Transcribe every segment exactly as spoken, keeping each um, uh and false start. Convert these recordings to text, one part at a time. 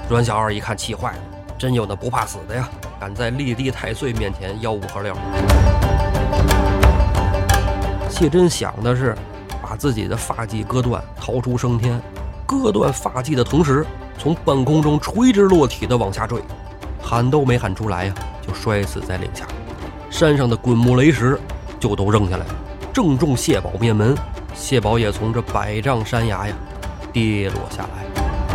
阮小二一看气坏了，真有那不怕死的呀，敢在立地太岁面前吆五喝六。谢真想的是把自己的发髻割断，逃出升天。割断发髻的同时，从半空中垂直落体的往下坠，喊都没喊出来呀，就摔死在岭下。山上的滚木雷石就都扔下来了，正中谢宝面门，谢宝也从这百丈山崖呀跌落下来。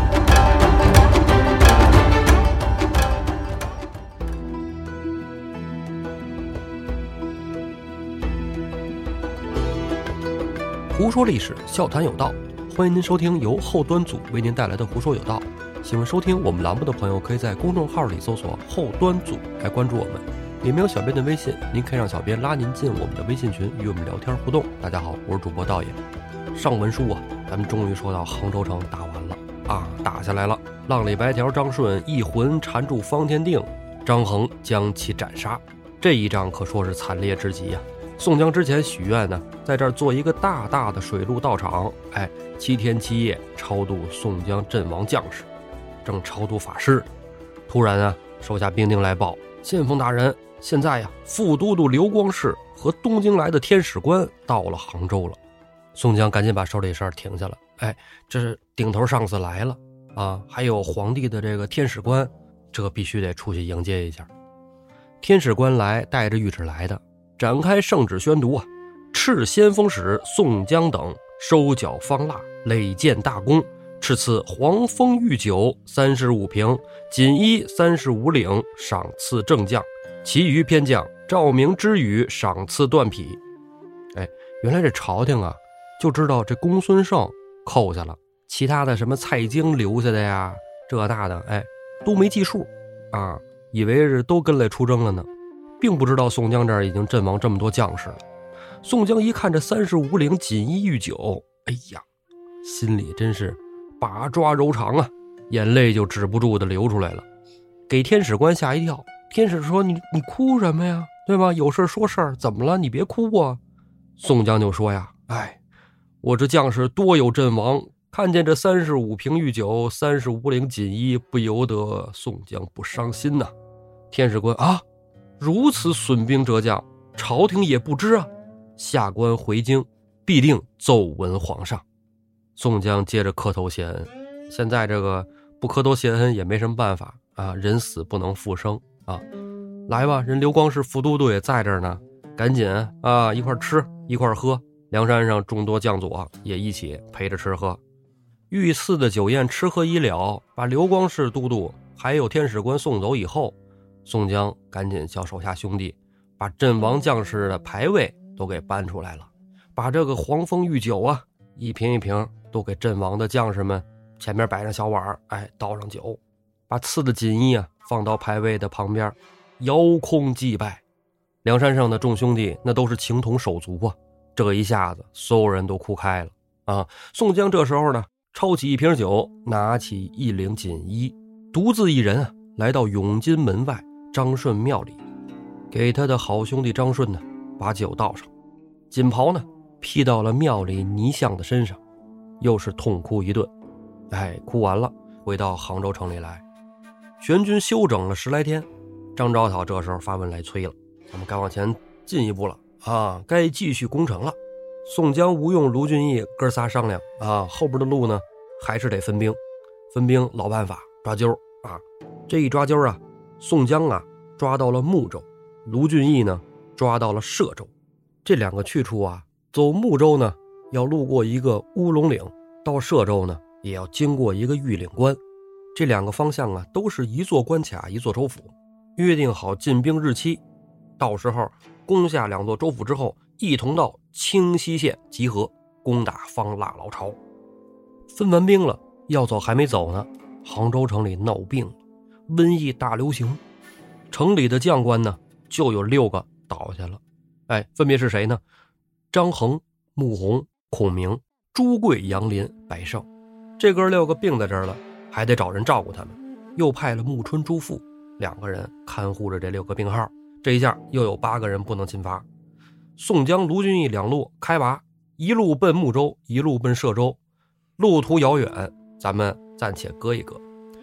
胡说历史，笑谈有道，欢迎您收听由后端组为您带来的胡说有道。喜欢收听我们栏目的朋友，可以在公众号里搜索后端组来关注我们。里面有小编的微信，您可以让小编拉您进我们的微信群，与我们聊天互动。大家好，我是主播道爷。上文书啊，咱们终于说到杭州城打完了啊，打下来了。浪里白条张顺一魂缠住方天定，张衡将其斩杀。这一仗可说是惨烈之极呀、啊。宋江之前许愿呢，在这儿做一个大大的水陆道场，哎，七天七夜超度宋江阵亡将士。正超度法师，突然啊，手下兵丁来报，先锋大人，现在呀，副都督刘光世和东京来的天使官到了杭州了。宋江赶紧把手里事儿停下了，哎，这是顶头上司来了啊，还有皇帝的这个天使官，这必须得出去迎接一下。天使官来，带着谕旨来的。展开圣旨宣读啊，敕先锋使宋江等收缴方腊，累建大功，敕赐黄蜂御酒三十五瓶，锦衣三十五领，赏赐正将，其余偏将照明之语，赏赐断匹。哎，原来这朝廷啊，就知道这公孙胜扣下了，其他的什么蔡京留下的呀，这那的，哎，都没记数啊，以为是都跟来出征了呢。并不知道宋江这儿已经阵亡这么多将士了。宋江一看这三十五领锦衣玉酒，哎呀，心里真是把抓揉肠啊，眼泪就止不住的流出来了，给天使官吓一跳。天使说：“你你哭什么呀？对吧？有事说事儿，怎么了？你别哭啊。”宋江就说呀：“哎，我这将士多有阵亡，看见这三十五瓶玉酒，三十五领锦衣，不由得宋江不伤心呐。”天使官啊，如此损兵折将，朝廷也不知啊！下官回京，必定奏闻皇上。宋江接着磕头谢恩，现在这个不磕头谢恩也没什么办法啊，人死不能复生啊！来吧，人刘光世副都督也在这儿呢，赶紧啊，一块吃一块喝。梁山上众多将佐也一起陪着吃喝。御赐的酒宴吃喝已了，把刘光世都督还有天使官送走以后，宋江赶紧叫手下兄弟把阵亡将士的牌位都给搬出来了，把这个黄蜂御酒啊，一瓶一瓶都给阵亡的将士们前面摆上小碗，哎，倒上酒，把赐的锦衣啊放到牌位的旁边，遥空祭拜。梁山上的众兄弟那都是情同手足啊，这一下子所有人都哭开了啊！宋江这时候呢，抄起一瓶酒，拿起一领锦衣，独自一人啊来到永金门外张顺庙里，给他的好兄弟张顺呢把酒倒上，锦袍呢披到了庙里泥像的身上，又是痛哭一顿。哎，哭完了回到杭州城里来。玄军休整了十来天，张昭讨这时候发文来催了，咱们该往前进一步了啊，该继续攻城了。宋江、吴用、卢俊义哥仨商量啊，后边的路呢还是得分兵，分兵老办法，抓阄啊。这一抓阄啊，宋江啊抓到了睦州，卢俊义呢抓到了歙州。这两个去处啊，走睦州呢要路过一个乌龙岭，到歙州呢也要经过一个玉岭关。这两个方向啊都是一座关卡一座州府，约定好进兵日期，到时候攻下两座州府之后，一同到清溪县集合，攻打方腊老巢。分完兵了，要走还没走呢，杭州城里闹病了，瘟疫大流行，城里的将官呢就有六个倒下了。哎，分别是谁呢？张衡、穆弘、孔明、朱贵、杨林、白胜，这哥六个病在这儿了，还得找人照顾他们，又派了穆春、朱富两个人看护着这六个病号。这一下又有八个人不能进发。宋江、卢俊义两路开拔，一路奔睦州，一路奔歙州。路途遥远，咱们暂且搁一搁。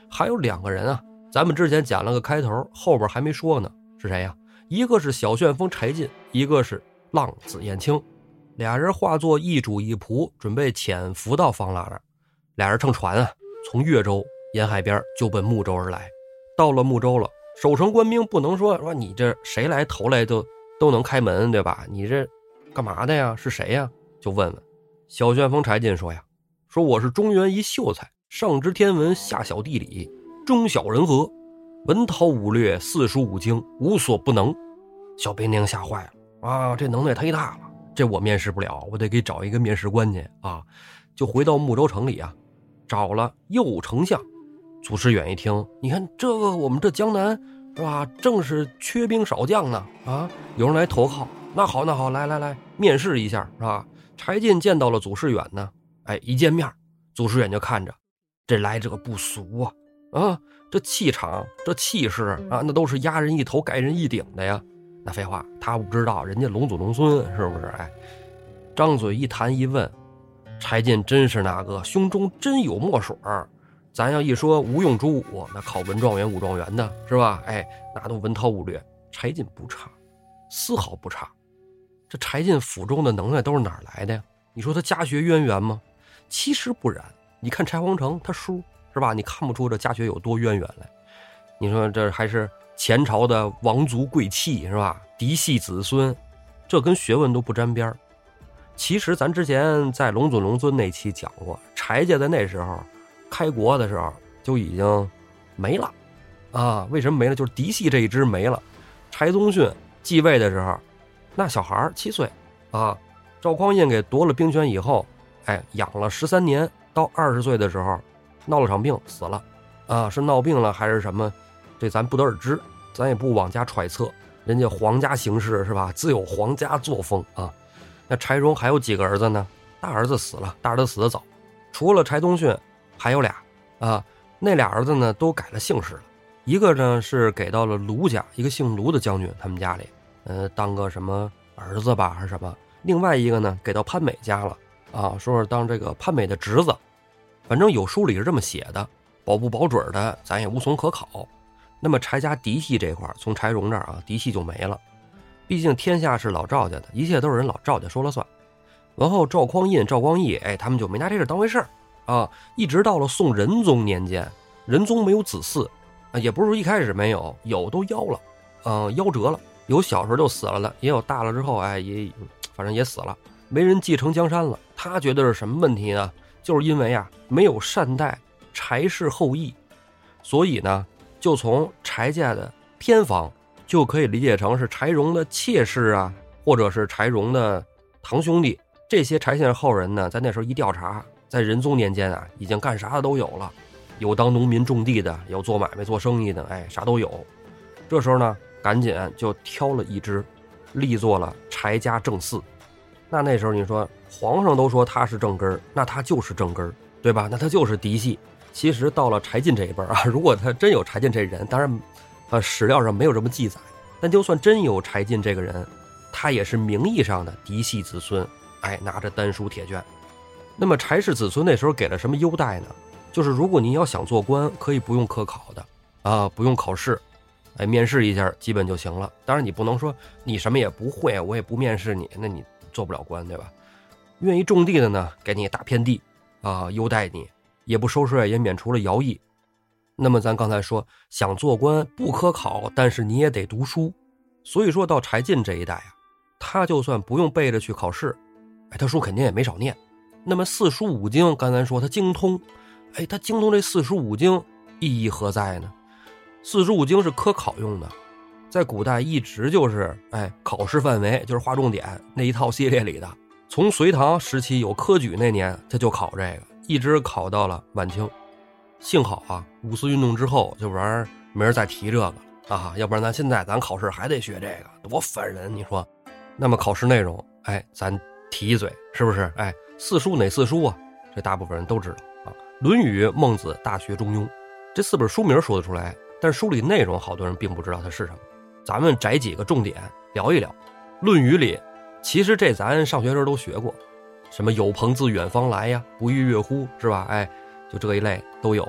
还有两个人啊，咱们之前讲了个开头，后边还没说呢，是谁呀？一个是小旋风柴进，一个是浪子燕青。俩人化作一主一仆，准备潜伏到方腊那儿。俩人乘船啊，从越州沿海边就奔睦州而来。到了睦州了，守城官兵不能说说你这谁来投来都都能开门，对吧？你这干嘛的呀？是谁呀？就问问。小旋风柴进说呀，说我是中原一秀才，上知天文，下晓地理，中晓人和，文韬武略，四书五经，无所不能。小兵丁吓坏了啊，这能耐忒大了，这我面试不了，我得给找一个面试官去啊。就回到睦州城里啊，找了右丞相祖师远一听，你看这个我们这江南是吧，正是缺兵少将呢啊，有人来投靠，那好那好，来来来面试一下是吧？柴进见到了祖师远呢，哎，一见面祖师远就看着这来者不俗啊啊，这气场这气势啊，那都是压人一头盖人一顶的呀。那废话，他不知道人家龙祖龙孙是不是？哎，张嘴一谈一问，柴进真是那个胸中真有墨水儿。咱要一说无用主武，那考文状元武状元的是吧？哎，那都文韬武略，柴进不差，丝毫不差。这柴进府中的能耐都是哪儿来的呀？你说他家学渊源吗？其实不然。你看柴皇城他叔是吧，你看不出这家学有多渊源来。你说这还是前朝的王族贵戚是吧，嫡系子孙，这跟学问都不沾边。其实咱之前在龙祖龙尊那期讲过，柴家在那时候开国的时候就已经没了啊。为什么没了？就是嫡系这一支没了。柴宗训继位的时候，那小孩七岁啊，赵匡胤给夺了兵权以后，哎，养了十三年，到二十岁的时候闹了场病死了啊，是闹病了还是什么？这咱不得而知，咱也不往家揣测。人家皇家行事是吧，自有皇家作风啊。那柴荣还有几个儿子呢？大儿子死了，大儿子死得早。除了柴宗训，还有俩啊，那俩儿子呢都改了姓氏了。一个呢是给到了卢家，一个姓卢的将军他们家里，呃，当个什么儿子吧还是什么。另外一个呢给到潘美家了啊，说是当这个潘美的侄子。反正有书里是这么写的，保不保准的咱也无从可考。那么柴家嫡系这块从柴荣这儿啊，嫡系就没了。毕竟天下是老赵家的，一切都是人老赵家说了算。然后赵匡胤、赵光义，哎，他们就没拿这事当回事儿啊。一直到了宋仁宗年间，仁宗没有子嗣啊，也不是说一开始没有，有都夭了，嗯、呃，夭折了。有小时候就死了的，也有大了之后，哎，也反正也死了，没人继承江山了。他觉得是什么问题呢？就是因为啊，没有善待柴氏后裔，所以呢，就从柴家的偏房就可以理解成是柴荣的妾室啊，或者是柴荣的堂兄弟。这些柴姓后人呢，在那时候一调查，在仁宗年间啊，已经干啥的都有了，有当农民种地的，有做买卖做生意的，哎，啥都有。这时候呢，赶紧就挑了一支，立做了柴家正嗣。那那时候你说皇上都说他是正根，那他就是正根，对吧？那他就是嫡系。其实到了柴进这一辈啊，如果他真有柴进这人，当然呃，史料上没有这么记载，但就算真有柴进这个人，他也是名义上的嫡系子孙，哎，拿着丹书铁卷。那么柴氏子孙那时候给了什么优待呢？就是如果你要想做官，可以不用科考的啊，不用考试，哎，面试一下基本就行了。当然你不能说你什么也不会，我也不面试你，那你做不了官，对吧？愿意种地的呢，给你大片地啊，优待你，也不收税，也免除了徭役。那么咱刚才说想做官不科考，但是你也得读书。所以说到柴进这一代啊，他就算不用背着去考试，哎，他书肯定也没少念。那么四书五经，刚才说他精通，哎，他精通这四书五经意义何在呢？四书五经是科考用的，在古代一直就是哎考试范围，就是划重点那一套系列里的。从隋唐时期有科举那年他就考这个，一直考到了晚清。幸好啊，五四运动之后这玩意儿没人再提这个了啊，要不然咱现在咱考试还得学这个，多烦人你说。那么考试内容，哎，咱提一嘴，是不是？哎，四书哪四书啊？这大部分人都知道啊，论语、孟子、大学、中庸，这四本书名说得出来，但书里内容好多人并不知道它是什么。咱们摘几个重点聊一聊。论语里其实这咱上学时候都学过，什么有朋自远方来呀，不亦乐乎，是吧？哎，就这一类都有。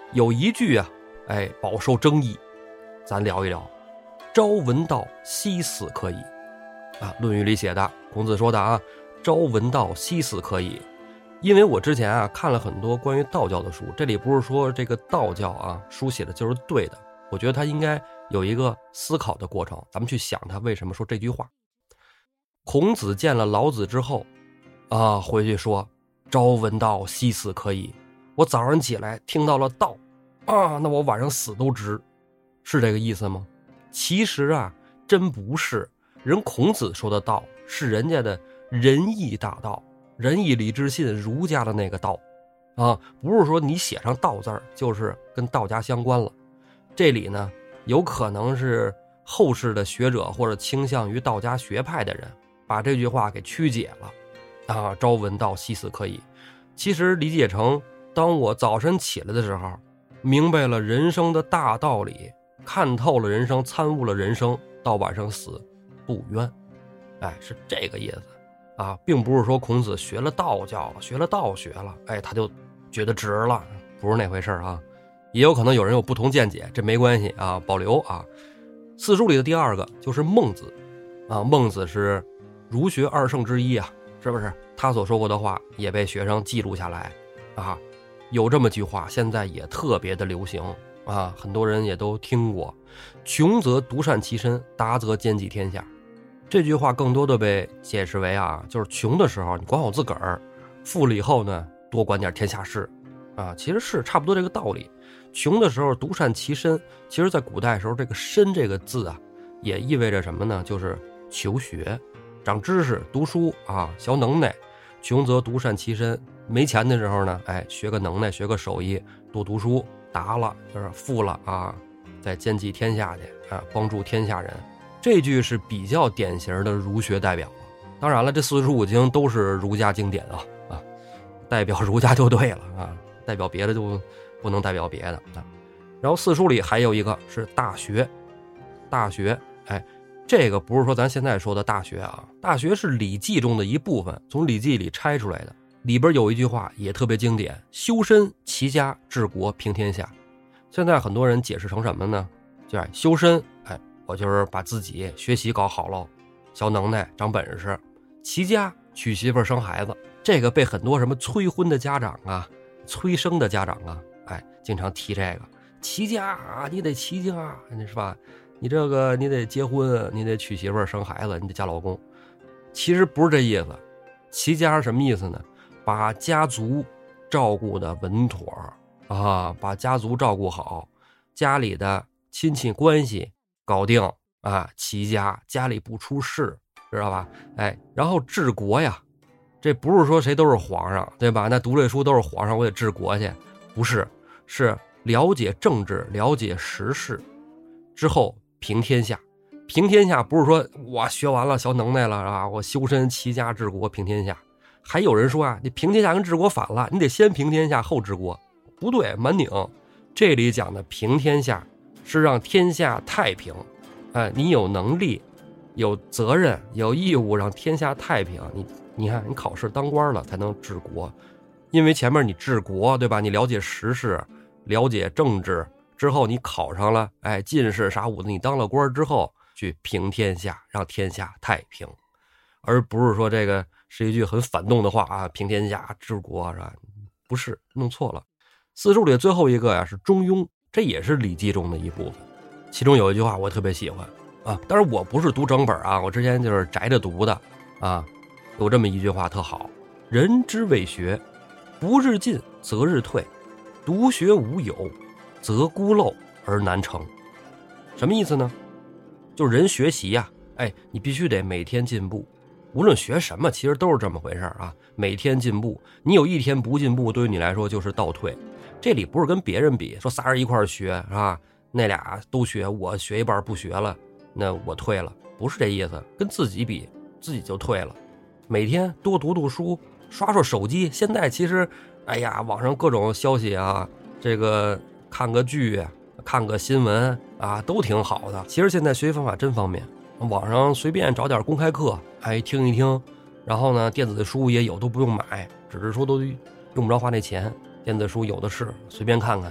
有一句啊，哎，饱受争议，咱聊一聊。朝闻道，夕死可矣。啊，《论语》里写的，孔子说的啊，朝闻道，夕死可矣。因为我之前啊看了很多关于道教的书，这里不是说这个道教啊书写的就是对的，我觉得他应该有一个思考的过程，咱们去想他为什么说这句话。孔子见了老子之后啊，回去说朝闻道，夕死可矣。我早上起来听到了道啊，那我晚上死都值，是这个意思吗？其实啊真不是，人孔子说的道是人家的仁义大道，仁义礼智信儒家的那个道啊，不是说你写上道字儿就是跟道家相关了。这里呢有可能是后世的学者或者倾向于道家学派的人把这句话给曲解了啊，朝闻道，夕死可矣。其实理解成当我早晨起来的时候明白了人生的大道理，看透了人生，参悟了人生，到晚上死不冤。哎，是这个意思啊，并不是说孔子学了道教了，学了道学了，哎，他就觉得值了，不是那回事啊。也有可能有人有不同见解，这没关系啊，保留啊。四书里的第二个就是孟子啊，孟子是儒学二圣之一啊，是不是？他所说过的话也被学生记录下来啊。有这么句话，现在也特别的流行啊，很多人也都听过，穷则独善其身，达则兼济天下。这句话更多的被解释为啊，就是穷的时候你管好自个儿，富了以后呢多管点天下事啊，其实是差不多这个道理。穷的时候独善其身，其实在古代时候这个身这个字啊也意味着什么呢？就是求学长知识读书啊，小能耐。穷则独善其身，没钱的时候呢，哎，学个能耐，学个手艺，多读书，达了就是富了啊，再兼济天下去啊，帮助天下人。这句是比较典型的儒学代表。当然了，这四书五经都是儒家经典啊啊，代表儒家就对了啊，代表别的就不能代表别的啊。然后四书里还有一个是大学，大学，哎。这个不是说咱现在说的大学啊，大学是礼记中的一部分，从礼记里拆出来的。里边有一句话也特别经典，修身齐家治国平天下。现在很多人解释成什么呢？就是修身，哎，我就是把自己学习搞好了，小能耐长本事。齐家，娶媳妇生孩子，这个被很多什么催婚的家长啊，催生的家长啊，哎，经常提这个齐家啊，你得齐家，是吧？你这个你得结婚，你得娶媳妇生孩子，你得嫁老公。其实不是这意思，齐家是什么意思呢？把家族照顾的稳妥啊，把家族照顾好，家里的亲戚关系搞定啊，齐家，家里不出事，知道吧？哎，然后治国呀，这不是说谁都是皇上，对吧？那读这书都是皇上，我得治国去，不是，是了解政治，了解时事之后平天下。平天下不是说我学完了小能耐了啊，我修身齐家治国平天下。还有人说啊，你平天下跟治国反了，你得先平天下后治国。不对，蛮拧。这里讲的平天下是让天下太平，哎，你有能力有责任有义务让天下太平。你你看你考试当官了才能治国，因为前面你治国对吧，你了解时事了解政治之后，你考上了哎进士啥五子，你当了官之后去平天下，让天下太平，而不是说这个是一句很反动的话啊，平天下治国是吧？不是，弄错了。四书里的最后一个呀是中庸，这也是礼记中的一部分。其中有一句话我特别喜欢啊，但是我不是读整本啊，我之前就是摘着读的啊。有这么一句话特好：人之谓学，不日进则日退，独学无友，则孤陋而难成。什么意思呢？就是人学习呀、啊，哎，你必须得每天进步。无论学什么，其实都是这么回事啊。每天进步，你有一天不进步，对于你来说就是倒退。这里不是跟别人比，说仨人一块学是吧？那俩都学，我学一半不学了，那我退了，不是这意思。跟自己比，自己就退了。每天多读读书，刷刷手机。现在其实，哎呀，网上各种消息啊，这个看个剧，看个新闻啊，都挺好的。其实现在学习方法真方便。网上随便找点公开课，哎，听一听，然后呢，电子书也有，都不用买，只是说都用不着花那钱，电子书有的是，随便看看，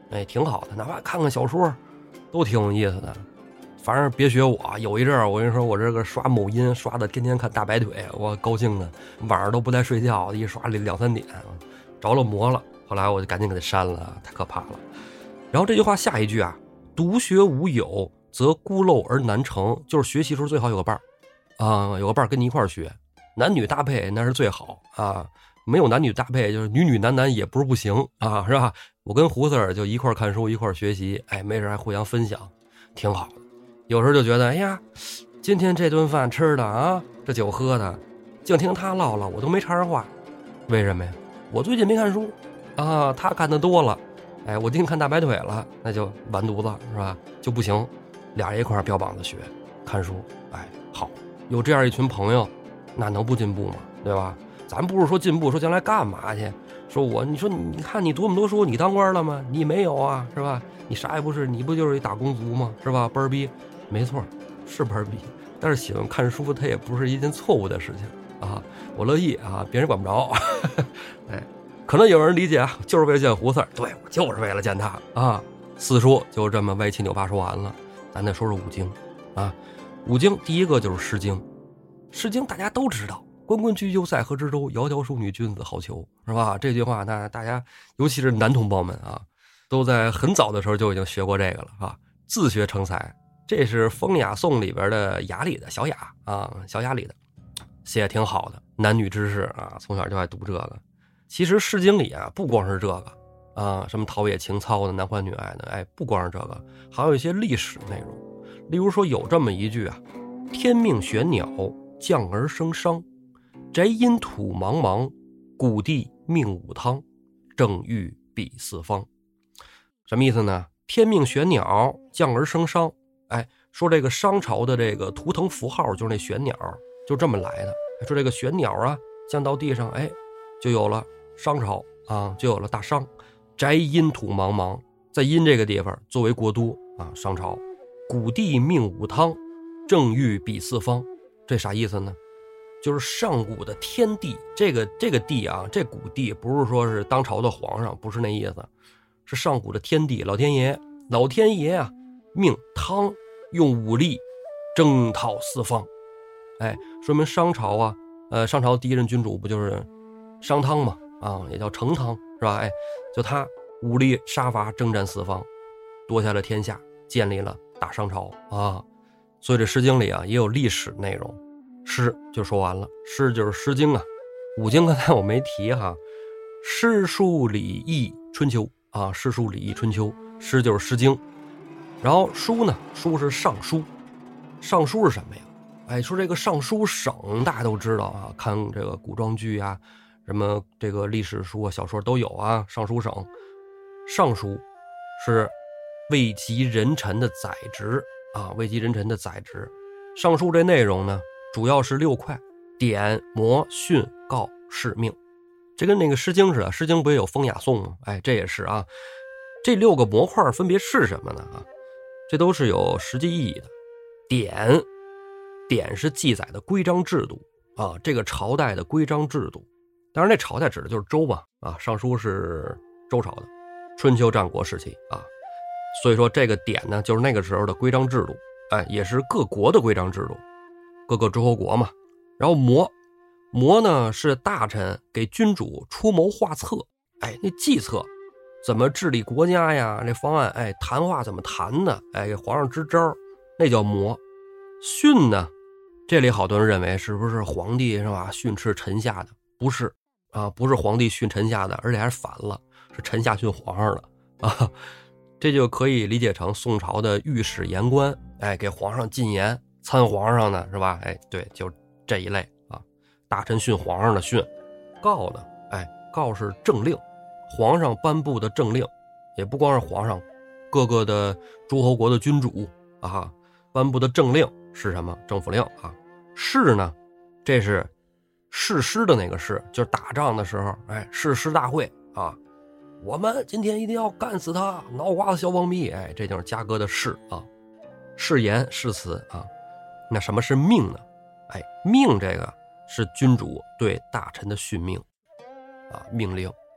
哎，挺好的，哪怕看看小说都挺有意思的。反正别学我，有一阵儿我跟你说，我这个刷某音刷的天天看大白腿，我高兴的晚上都不带睡觉，一刷两三点，着了魔了。后来我就赶紧给他删了，太可怕了。然后这句话下一句啊，独学无友则孤陋而难成，就是学习时候最好有个伴儿啊，有个伴儿跟你一块儿学，男女搭配那是最好啊。没有男女搭配，就是女女男男也不是不行啊，是吧？我跟胡四儿就一块儿看书，一块儿学习，哎，没事还互相分享，挺好的。有时候就觉得，哎呀，今天这顿饭吃的啊，这酒喝的，净听他唠唠，我都没插上话。为什么呀？我最近没看书啊，他看的多了，哎，我净看大白腿了，那就完犊子是吧？就不行，俩人一块儿标榜着学看书，哎，好，有这样一群朋友，那能不进步吗？对吧？咱不是说进步，说将来干嘛去？说我，你说你看你读那么多书，你当官了吗？你没有啊，是吧？你啥也不是，你不就是一打工族吗？是吧？班儿逼，没错，是班儿逼。但是喜欢看书，它也不是一件错误的事情啊。我乐意啊，别人管不着。哎，可能有人理解啊，就是为了见胡四儿，对我就是为了见他啊。四书就这么歪七扭八说完了，咱再说说五经啊。五经第一个就是《诗经》，《诗经》大家都知道。关关雎鸠，在河之洲，窈窕淑女，君子好逑，是吧？这句话那大家尤其是男同胞们啊，都在很早的时候就已经学过这个了啊，自学成才。这是《风雅颂》里边的雅里的小雅啊，小雅里的写的挺好的，男女之事啊，从小就爱读这个。其实《诗经》里啊，不光是这个啊，什么陶冶情操的、男欢女爱的，哎，不光是这个，还有一些历史内容。例如说有这么一句啊：“天命玄鸟，降而生商。宅阴土茫茫，谷地命武汤，正欲比四方。”什么意思呢？天命玄鸟，降而生商。哎，说这个商朝的这个图腾符号就是那玄鸟，就这么来的。说这个玄鸟啊，降到地上，哎，就有了商朝啊，就有了大商。宅阴土茫茫，在阴这个地方作为国都啊，商朝。谷地命武汤，正欲比四方。这啥意思呢？就是上古的天地，这个这个地啊，这古地不是说是当朝的皇上，不是那意思，是上古的天地，老天爷，老天爷啊，命汤用武力征讨四方。哎，说明商朝啊，呃，商朝第一任君主不就是商汤嘛，啊，也叫成汤，是吧？哎，就他武力杀伐，征战四方，夺下了天下，建立了大商朝啊。所以这《诗经》里啊，也有历史内容。诗就说完了，诗就是《诗经》啊。五经刚才我没提哈，诗书礼易春秋啊，诗书礼易春秋，诗就是《诗经》。然后书呢，书是尚书，尚书是什么呀？哎，说这个尚书省大家都知道啊，看这个古装剧啊，什么这个历史书啊、小说都有啊。尚书省，尚书是位极人臣的宰职啊，位极人臣的宰职。尚书这内容呢，主要是六块：典、谟、训、告、示、命。这跟那个《诗经》似的，《诗经》不也有风雅颂吗？哎，这也是啊。这六个模块分别是什么呢？啊，这都是有实际意义的。典，典是记载的规章制度啊，这个朝代的规章制度。当然，这朝代指的就是周嘛，啊，尚书是周朝的，春秋战国时期啊。所以说这个典呢，就是那个时候的规章制度，哎，也是各国的规章制度，各个诸侯国嘛。然后谟，谟呢是大臣给君主出谋划策，哎，那计策怎么治理国家呀？这方案，哎，谈话怎么谈的？哎，给皇上支招，那叫谟。训呢，这里好多人认为是不是皇帝是吧？训斥臣下的，不是啊，不是皇帝训臣下的，而且还是反了，是臣下训皇上的啊。这就可以理解成宋朝的御史言官，哎，给皇上进言，参皇上的是吧？哎，对，就这一类啊。大臣训皇上的训，告呢，哎，告是政令，皇上颁布的政令，也不光是皇上，各个的诸侯国的君主啊，颁布的政令是什么？政府令啊。誓呢，这是誓师的那个誓，就是打仗的时候，哎，誓师大会啊。我们今天一定要干死他，脑瓜子小王逼，哎，这就是嘉哥的誓啊，誓言誓词啊。那什么是命呢？哎，命这个是君主对大臣的训命啊，命令。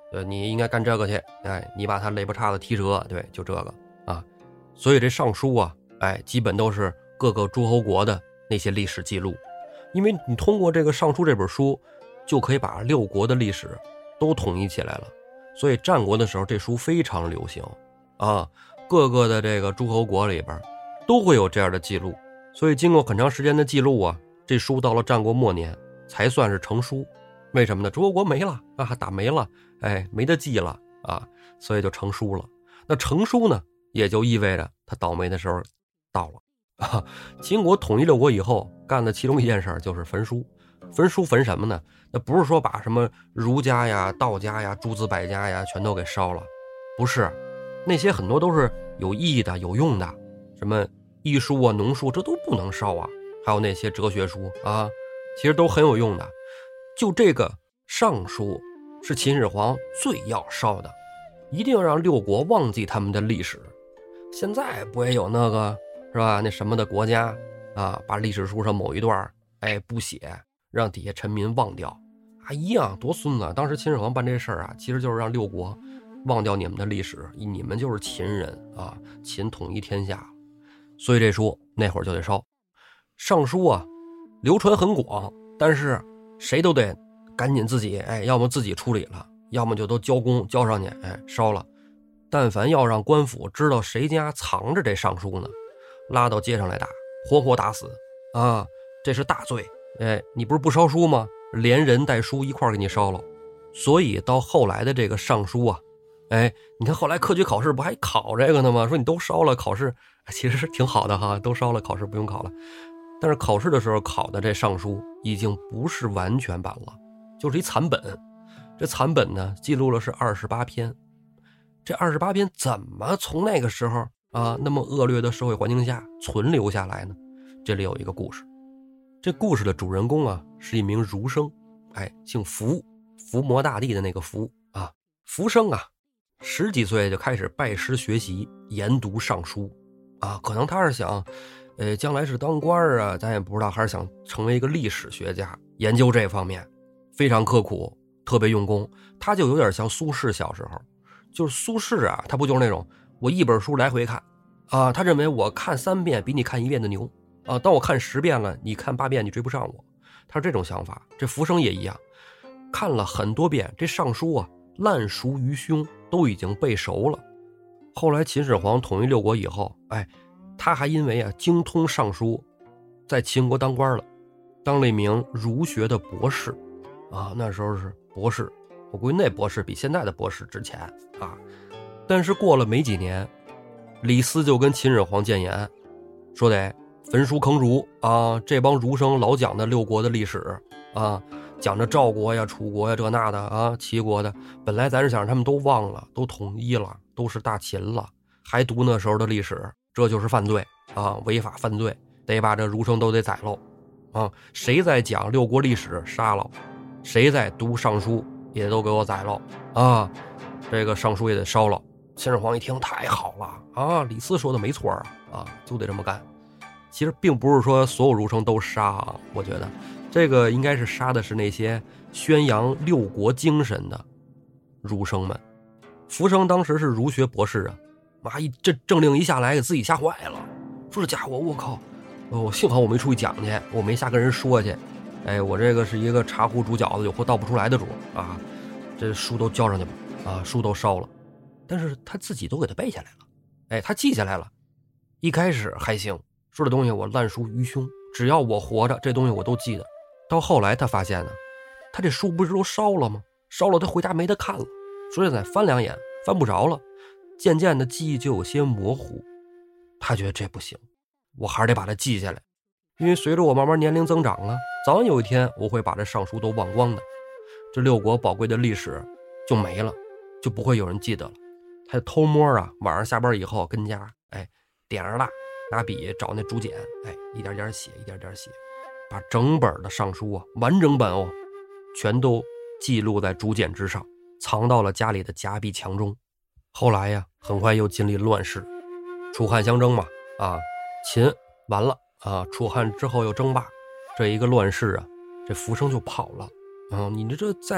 对，你应该干这个去，哎，你把他肋巴叉子踢折，对，就这个啊。所以这尚书啊，哎，基本都是各个诸侯国的那些历史记录，因为你通过这个尚书这本书，就可以把六国的历史都统一起来了。所以战国的时候，这书非常流行啊，各个的这个诸侯国里边都会有这样的记录。所以经过很长时间的记录啊，这书到了战国末年才算是成书。为什么呢？诸侯国没了啊，打没了，哎，没得记了啊，所以就成书了。那成书呢，也就意味着他倒霉的时候到了啊。秦国统一六国以后干的其中一件事就是焚书。焚书焚什么呢？那不是说把什么儒家呀、道家呀、诸子百家呀全都给烧了，不是，那些很多都是有意义的、有用的，什么医书啊、农书，这都不能烧啊。还有那些哲学书啊，其实都很有用的。就这个尚书是秦始皇最要烧的，一定要让六国忘记他们的历史。现在不也有那个是吧？那什么的国家啊，把历史书上某一段哎不写，让底下臣民忘掉啊，一样多孙子。当时秦始皇办这事儿啊，其实就是让六国忘掉你们的历史，你们就是秦人啊，秦统一天下。所以这书那会儿就得烧。尚书啊，流传很广，但是谁都得赶紧自己，哎，要么自己处理了，要么就都交公交上去，哎，烧了。但凡要让官府知道谁家藏着这尚书呢，拉到街上来打，活活打死啊！这是大罪。哎，你不是不烧书吗？连人带书一块儿给你烧了。所以到后来的这个尚书啊，哎，你看后来科举考试不还考这个呢吗？说你都烧了，考试其实是挺好的哈，都烧了，考试不用考了。但是考试的时候考的这尚书已经不是完全版了，就是一残本。这残本呢，记录了是二十八篇。这二十八篇怎么从那个时候啊那么恶劣的社会环境下存留下来呢？这里有一个故事。这故事的主人公啊是一名儒生，哎，姓伏，伏魔大帝的那个伏啊。伏生啊，十几岁就开始拜师学习，研读尚书啊。可能他是想呃，将来是当官啊，咱也不知道，还是想成为一个历史学家，研究这方面，非常刻苦，特别用功。他就有点像苏轼小时候，就是苏轼啊，他不就是那种我一本书来回看啊，他认为我看三遍比你看一遍的牛啊，当我看十遍了，你看八遍你追不上我，他是这种想法。这浮生也一样，看了很多遍，这尚书啊烂熟于胸，都已经背熟了。后来秦始皇统一六国以后，哎。他还因为啊精通尚书，在秦国当官了，当了一名儒学的博士啊。那时候是博士，我估计那博士比现在的博士值钱啊。但是过了没几年，李斯就跟秦始皇谏言，说得焚书坑儒啊。这帮儒生老讲的六国的历史啊，讲着赵国呀、楚国呀这那的啊，齐国的，本来咱是想让他们都忘了，都统一了，都是大秦了，还读那时候的历史。这就是犯罪啊，违法犯罪，得把这儒生都得宰喽啊！谁在讲六国历史杀了，谁在读尚书也都给我宰喽啊！这个尚书也得烧了。秦始皇一听，太好了啊！李斯说的没错啊，啊，就得这么干。其实并不是说所有儒生都杀啊，我觉得这个应该是杀的是那些宣扬六国精神的儒生们。浮生当时是儒学博士啊。妈一这政令一下来，给自己吓坏了，说这家伙我靠，哦，幸好我没出去讲去，我没瞎跟人说去，哎，我这个是一个茶壶煮饺子有货倒不出来的主啊，这书都交上去吧，啊，书都烧了，但是他自己都给他背下来了，哎，他记下来了。一开始还行，说这东西我烂熟于胸，只要我活着，这东西我都记得。到后来他发现呢，他这书不是都烧了吗？烧了他回家没得看了，所以再翻两眼翻不着了。渐渐的记忆就有些模糊，他觉得这不行，我还是得把它记下来，因为随着我慢慢年龄增长了，早晚有一天我会把这尚书都忘光的，这六国宝贵的历史就没了，就不会有人记得了。他偷摸啊，晚上下班以后跟家，哎，点上蜡，拿笔找那竹简，哎，一点点写，一点点写，把整本的尚书啊，完整本哦，全都记录在竹简之上，藏到了家里的夹壁墙中。后来呀，很快又经历乱世，楚汉相争嘛，啊，秦完了啊，楚汉之后又争霸，这一个乱世啊，这浮生就跑了。嗯，你这这再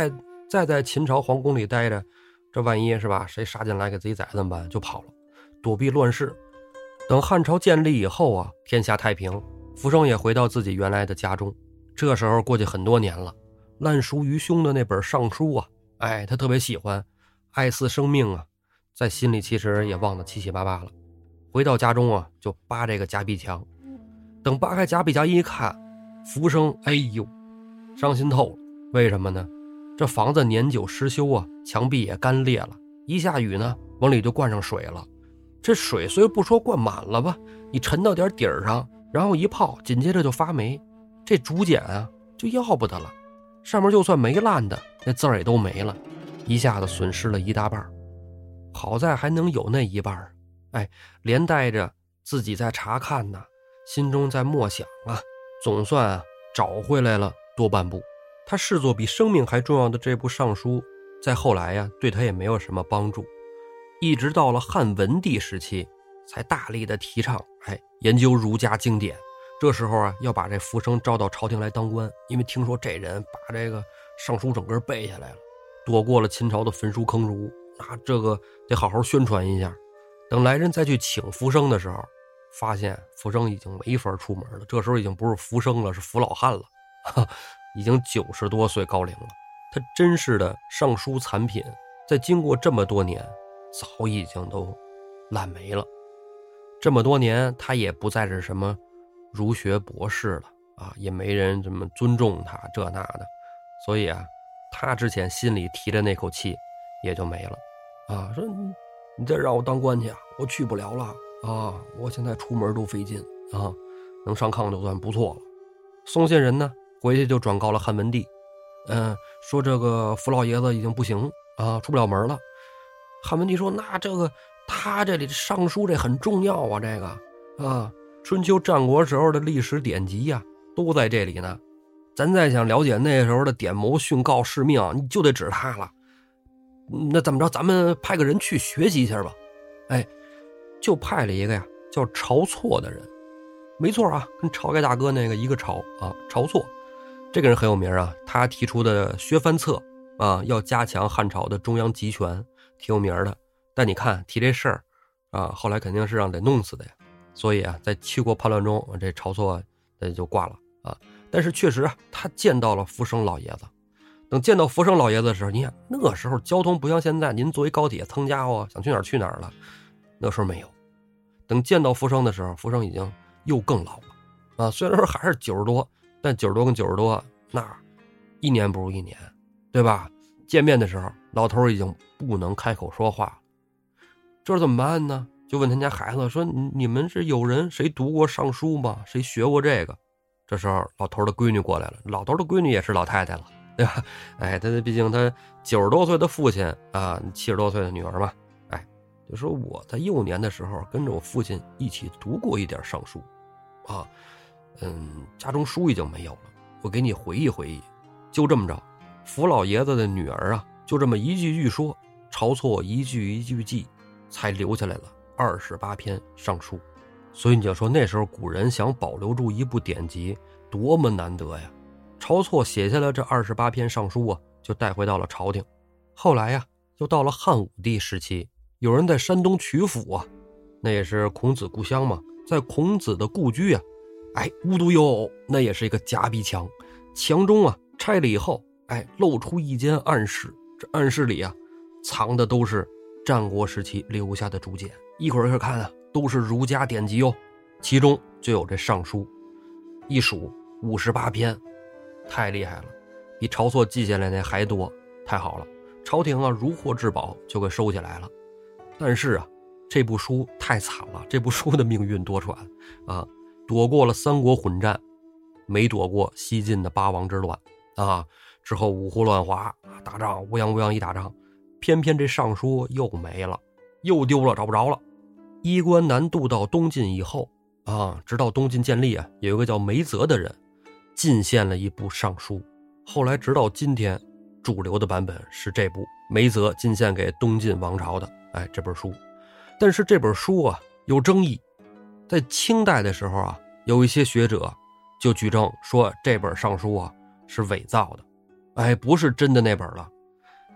再在秦朝皇宫里待着，这万一是吧，谁杀进来给自己宰怎么办？就跑了，躲避乱世。等汉朝建立以后啊，天下太平，浮生也回到自己原来的家中。这时候过去很多年了，烂熟于胸的那本尚书啊，哎，他特别喜欢，爱惜生命啊，在心里其实也忘得七七八八了。回到家中啊，就扒这个夹壁墙。等扒开夹壁墙一看，浮生哎呦，伤心透了。为什么呢？这房子年久失修啊，墙壁也干裂了，一下雨呢，往里就灌上水了。这水虽不说灌满了吧，你沉到点底儿上，然后一泡，紧接着就发霉，这竹简啊就要不得了，上面就算没烂的，那字儿也都没了，一下子损失了一大半。好在还能有那一半，哎，连带着自己在查看呢，心中在默想啊，总算啊找回来了多半部。他视作比生命还重要的这部尚书，在后来呀、啊，对他也没有什么帮助。一直到了汉文帝时期，才大力的提倡，哎，研究儒家经典。这时候啊，要把这浮生招到朝廷来当官，因为听说这人把这个尚书整个背下来了，躲过了秦朝的焚书坑儒，那这个得好好宣传一下。等来人再去请浮生的时候，发现浮生已经没法出门了。这时候已经不是浮生了，是浮老汉了，哈，已经九十多岁高龄了。他真实的尚书残品，在经过这么多年，早已经都烂没了。这么多年，他也不再是什么儒学博士了啊，也没人这么尊重他这那的，所以啊，他之前心里提的那口气也就没了啊。说你你再让我当官去啊，我去不了了啊，我现在出门都费劲啊，能上炕就算不错了。宋信人呢，回去就转告了汉文帝，嗯，说这个福老爷子已经不行啊，出不了门了。汉文帝说，那这个他这里尚书这很重要啊，这个啊，春秋战国时候的历史典籍呀、啊，都在这里呢。咱再想了解那时候的典谋训告示命，你就得指他了。那怎么着，咱们派个人去学习一下吧。哎，就派了一个呀叫晁错的人。没错啊，跟晁盖大哥那个一个晁啊，晁错这个人很有名啊，他提出的削藩策啊，要加强汉朝的中央集权，挺有名的。但你看提这事儿啊，后来肯定是让得弄死的呀。所以啊，在七国叛乱中，这晁错也就挂了啊。但是确实啊，他见到了浮生老爷子。等见到浮生老爷子的时候，你看那个时候交通不像现在，您坐一高铁蹭家伙想去哪儿去哪儿了，那时候没有。等见到浮生的时候，浮生已经又更老了啊。虽然说还是九十多，但九十多跟九十多，那一年不如一年，对吧？见面的时候，老头已经不能开口说话了。这怎么办呢？就问他家孩子说：“你们是有人谁读过尚书吗？谁学过这个？”这时候老头的闺女过来了，老头的闺女也是老太太了，对吧？哎，他毕竟他九十多岁的父亲啊，七十多岁的女儿嘛，哎，就说我在幼年的时候跟着我父亲一起读过一点尚书，啊，嗯，家中书已经没有了，我给你回忆回忆。就这么着，福老爷子的女儿啊，就这么一句句说，晁错一句一句记，才留下来了二十八篇尚书。所以你就说那时候古人想保留住一部典籍多么难得呀。晁错写下了这二十八篇尚书啊，就带回到了朝廷。后来呀，又到了汉武帝时期，有人在山东曲阜啊，那也是孔子故乡嘛，在孔子的故居啊，哎，无独有偶，那也是一个夹壁墙，墙中啊拆了以后，哎，露出一间暗室，这暗室里啊藏的都是战国时期留下的竹简，一会儿一会儿看啊，都是儒家典籍哦，其中就有这尚书，一数五十八篇，太厉害了，比晁错记下来那还多，太好了。朝廷啊如获至宝，就给收起来了。但是啊，这部书太惨了，这部书的命运多舛啊，躲过了三国混战，没躲过西晋的八王之乱啊。之后五胡乱华，打仗乌泱乌泱一打仗，偏偏这尚书又没了，又丢了，找不着了。衣冠南渡到东晋以后啊，直到东晋建立啊，有一个叫梅泽的人进献了一部尚书。后来直到今天，主流的版本是这部梅泽进献给东晋王朝的，哎，这本书。但是这本书啊有争议，在清代的时候啊，有一些学者就举证说这本尚书啊是伪造的，哎，不是真的那本了。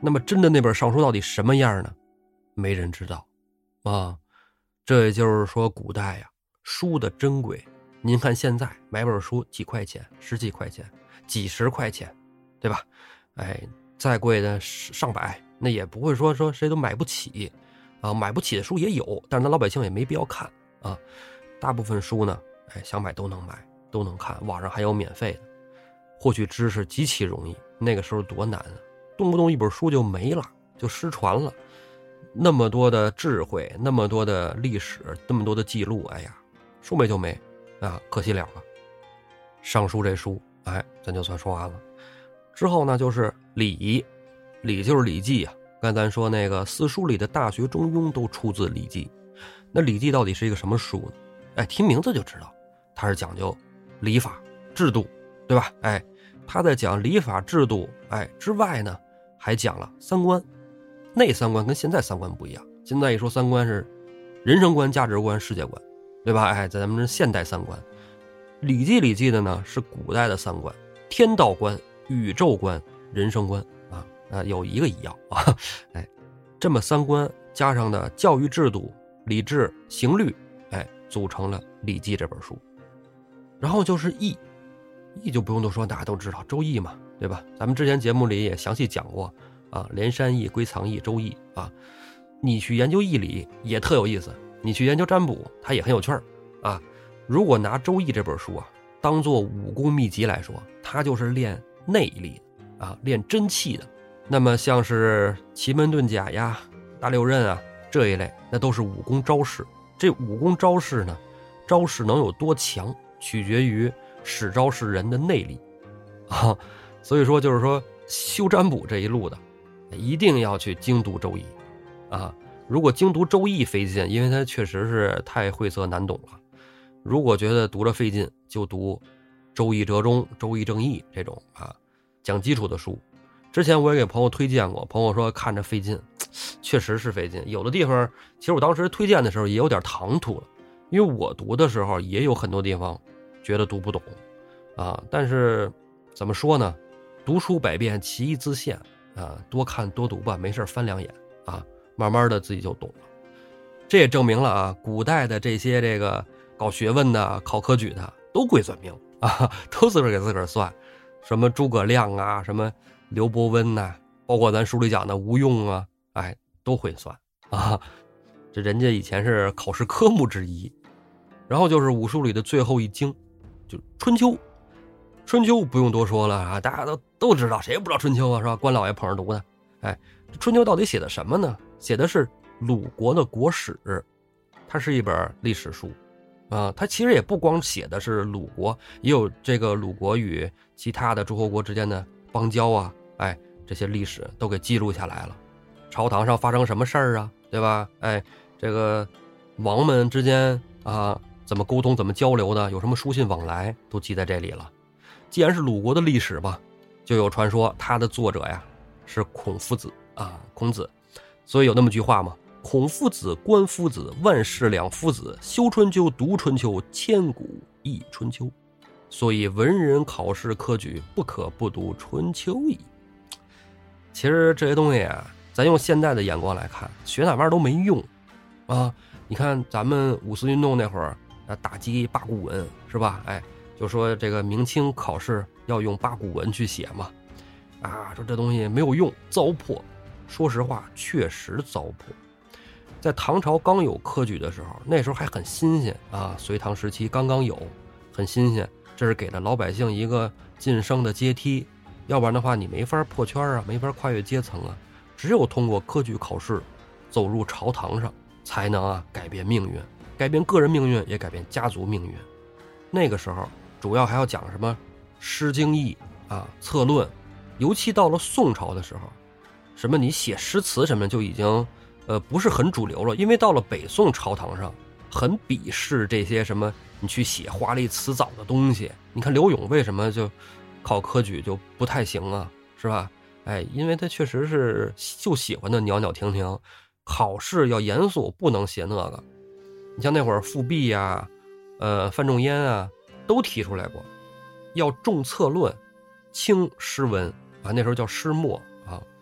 那么真的那本尚书到底什么样呢？没人知道啊。这也就是说古代呀，书的珍贵。您看现在买本书几块钱，十几块钱，几十块钱，对吧？哎，再贵的上百，那也不会说说谁都买不起啊。买不起的书也有，但是咱老百姓也没必要看啊。大部分书呢，哎，想买都能买，都能看，网上还有免费的。获取知识极其容易，那个时候多难啊，动不动一本书就没了，就失传了。那么多的智慧，那么多的历史，那么多的记录，哎呀，说没就没啊，可惜了了。尚书这书，哎，咱就算说完了。之后呢，就是礼，礼就是《礼记》啊。刚才咱说那个四书里的《大学》《中庸》都出自《礼记》。那《礼记》到底是一个什么书呢？哎，听名字就知道，它是讲究礼法制度，对吧？哎，他在讲礼法制度，哎之外呢，还讲了三观。那三观跟现在三观不一样，现在一说三观是人生观、价值观、世界观，对吧？哎，在咱们这现代三观，礼记里记的呢是古代的三观：天道观、宇宙观、人生观啊啊，有一个一样啊，哎，这么三观加上的教育制度、礼制、刑律，哎，组成了《礼记》这本书。然后就是义，义就不用多说，大家都知道周易嘛，对吧？咱们之前节目里也详细讲过。啊，连山易、归藏易、周易啊，你去研究易理也特有意思，你去研究占卜它也很有趣儿啊。如果拿周易这本书啊当做武功秘籍来说，它就是练内力的啊，练真气的。那么像是奇门遁甲呀、大六壬啊这一类，那都是武功招式。这武功招式呢，招式能有多强，取决于使招式人的内力啊。所以说，就是说修占卜这一路的，一定要去精读周易啊！如果精读周易费劲，因为它确实是太晦涩难懂了。如果觉得读着费劲，就读周易折中、周易正义这种啊讲基础的书。之前我也给朋友推荐过，朋友说看着费劲，确实是费劲。有的地方其实我当时推荐的时候也有点唐突了，因为我读的时候也有很多地方觉得读不懂啊。但是怎么说呢？读书百遍，其义自现。啊，多看多读吧，没事翻两眼啊，慢慢的自己就懂了。这也证明了啊，古代的这些这个搞学问的、考科举的都会算命啊，都自个儿给自个儿算，什么诸葛亮啊，什么刘伯温呐、啊，包括咱书里讲的吴用啊，哎，都会算啊。这人家以前是考试科目之一。然后就是武术里的最后一经，就春秋。春秋不用多说了啊，大家都都知道，谁也不知道春秋啊，是吧？关老爷捧着读的。哎，春秋到底写的什么呢？写的是鲁国的国史，它是一本历史书啊。它其实也不光写的是鲁国，也有这个鲁国与其他的诸侯国之间的邦交啊，哎，这些历史都给记录下来了。朝堂上发生什么事儿啊，对吧？哎，这个王们之间啊怎么沟通、怎么交流的，有什么书信往来，都记在这里了。既然是鲁国的历史吧，就有传说他的作者呀是孔夫子啊，孔子。所以有那么句话嘛，孔夫子、关夫子，万世两夫子，修春秋、读春秋，千古忆春秋。所以文人考试科举不可不读春秋矣。其实这些东西啊，咱用现代的眼光来看，学哪玩意儿都没用啊。你看咱们五四运动那会儿啊，打击八股文是吧？哎。就说这个明清考试要用八股文去写嘛，啊，说这东西没有用，糟粕。说实话，确实糟粕。在唐朝刚有科举的时候，那时候还很新鲜啊，隋唐时期刚刚有，很新鲜。这是给了老百姓一个晋升的阶梯，要不然的话你没法破圈啊，没法跨越阶层啊。只有通过科举考试，走入朝堂上，才能啊改变命运，改变个人命运，也改变家族命运。那个时候。主要还要讲什么诗经易啊、策论，尤其到了宋朝的时候，什么你写诗词什么就已经呃不是很主流了，因为到了北宋朝堂上，很鄙视这些什么你去写华丽辞藻的东西。你看刘永为什么就考科举就不太行啊，是吧？哎，因为他确实是就喜欢的袅袅婷婷，考试要严肃，不能写那个。你像那会儿富弼呀、呃范仲淹啊。都提出来过，要重策论，轻诗文啊，那时候叫诗墨啊。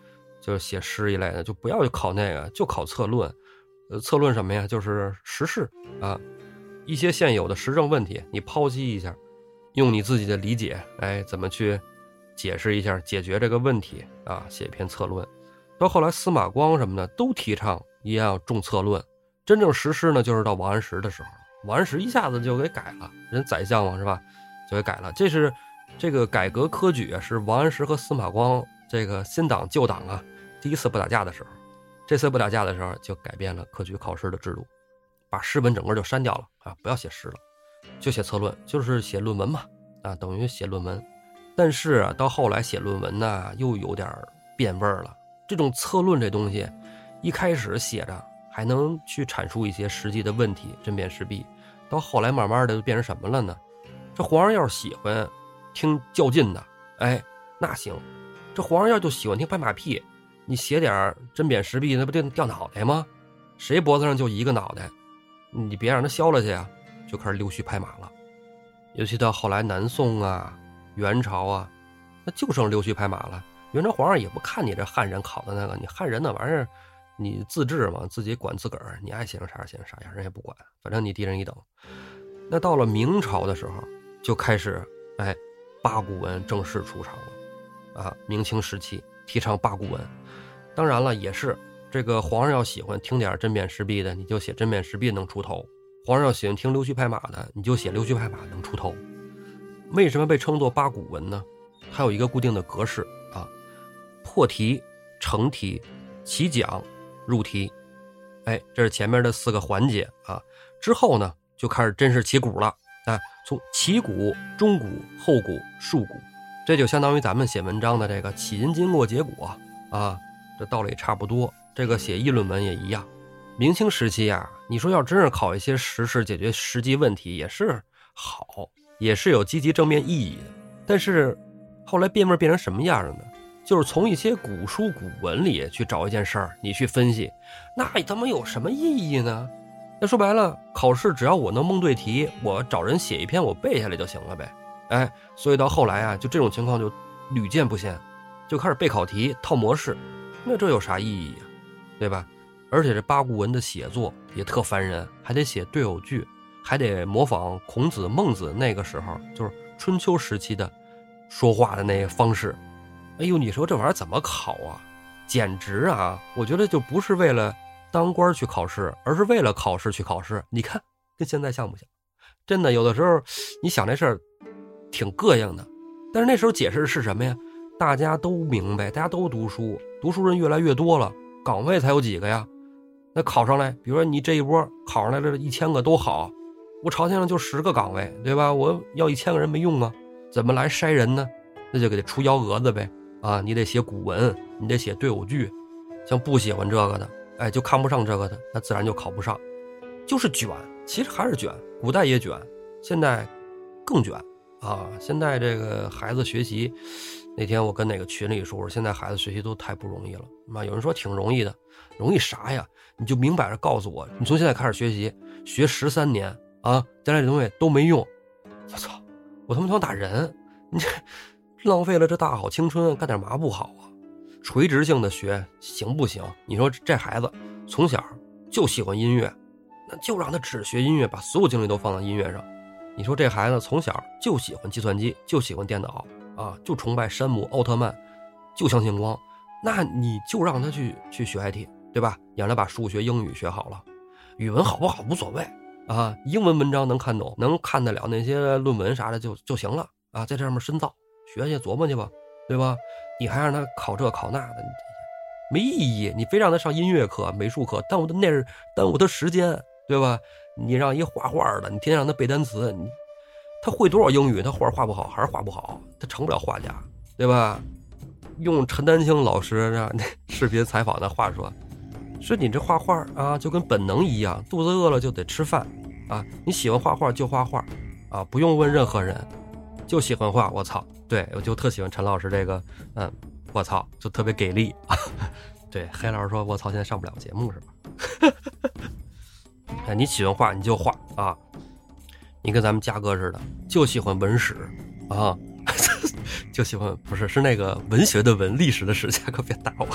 就写诗一类的，就不要去考那个，就考策论。呃，策论什么呀？就是时事啊，一些现有的时政问题，你剖析一下，用你自己的理解，哎，怎么去解释一下，解决这个问题啊？写一篇策论。到后来司马光什么的都提倡也要重策论，真正实施呢，就是到王安石的时候，王安石一下子就给改了，人宰相嘛是吧？就给改了。这是这个改革科举啊，是王安石和司马光这个新党旧党啊第一次不打架的时候。这次不打架的时候，就改变了科举考试的制度，把诗本整个就删掉了啊，不要写诗了，就写策论，就是写论文嘛，啊，等于写论文。但是啊，到后来写论文呢，又有点变味儿了。这种策论这东西，一开始写着还能去阐述一些实际的问题，针砭时弊，到后来慢慢的就变成什么了呢？这皇上要是喜欢听较劲的，哎，那行；这皇上要就喜欢听拍马屁。你写点针砭时弊，那不就掉脑袋吗？谁脖子上就一个脑袋，你别让他削了去啊，就开始溜须拍马了。尤其到后来南宋啊、元朝啊，那就剩溜须拍马了。元朝皇上也不看你这汉人考的那个，你汉人那玩意儿，你自治嘛，自己管自个儿，你爱写成啥样写成啥样，人也不管，反正你低人一等。那到了明朝的时候，就开始哎，八股文正式出场了啊，明清时期提倡八股文。当然了，也是这个皇上要喜欢听点针砭时弊的，你就写针砭时弊能出头；皇上要喜欢听溜须拍马的，你就写溜须拍马能出头。为什么被称作八股文呢？还有一个固定的格式啊，破题、成题、起讲、入题。哎，这是前面的四个环节啊。之后呢，就开始真是起鼓了啊，从起鼓、中鼓、后鼓、竖鼓，这就相当于咱们写文章的这个起因、经过、结果啊。这道理差不多，这个写议论文也一样。明清时期啊，你说要真是考一些时事，解决实际问题也是好，也是有积极正面意义的。但是后来变味变成什么样了呢？就是从一些古书古文里去找一件事儿，你去分析，那他妈有什么意义呢？那说白了，考试只要我能蒙对题，我找人写一篇我背下来就行了呗。哎，所以到后来啊，就这种情况就屡见不鲜，就开始背考题套模式。那这有啥意义啊？对吧？而且这八股文的写作也特烦人，还得写对偶句，还得模仿孔子、孟子那个时候就是春秋时期的说话的那个方式。哎呦，你说这玩意儿怎么考啊？简直啊！我觉得就不是为了当官去考试，而是为了考试去考试。你看跟现在像不像？真的有的时候你想这事儿挺膈应的，但是那时候解释是什么呀？大家都明白，大家都读书，读书人越来越多了，岗位才有几个呀？那考上来，比如说你这一波考上来了一千个都好，我朝廷上就十个岗位，对吧？我要一千个人没用啊，怎么来筛人呢？那就给他出幺蛾子呗啊！你得写古文，你得写对偶句，像不喜欢这个的，哎，就看不上这个的，那自然就考不上，就是卷，其实还是卷，古代也卷，现在更卷啊！现在这个孩子学习。那天我跟哪个群里说，现在孩子学习都太不容易了。妈，有人说挺容易的，容易啥呀？你就明摆着告诉我，你从现在开始学习，学十三年啊，将来这东西都没用。我操，我他妈想打人！你这浪费了这大好青春，干点嘛不好啊？垂直性的学行不行？你说这孩子从小就喜欢音乐，那就让他只学音乐，把所有精力都放到音乐上。你说这孩子从小就喜欢计算机，就喜欢电脑。啊，就崇拜山姆、奥特曼，就相信光，那你就让他去去学 I T， 对吧？让他把数学、英语学好了，语文好不好无所谓啊，英文文章能看懂，能看得了那些论文啥的就就行了啊，在这上面深造，学去琢磨去吧，对吧？你还让他考这考那的，没意义。你非让他上音乐课、美术课，耽误的那是耽误他时间，对吧？你让一画画的，你天天让他背单词，你。他会多少英语，他画画不好还是画不好，他成不了画家，对吧？用陈丹青老师那视频采访的话说，说你这画画啊，就跟本能一样，肚子饿了就得吃饭啊，你喜欢画画就画画啊，不用问任何人，就喜欢画。我操，对，我就特喜欢陈老师这个，嗯，我操，就特别给力。对，黑老师说，我操，现在上不了节目是吧？哎，你喜欢画你就画啊。你跟咱们嘉哥似的，就喜欢文史啊，就喜欢不是是那个文学的文，历史的史，嘉哥别打我。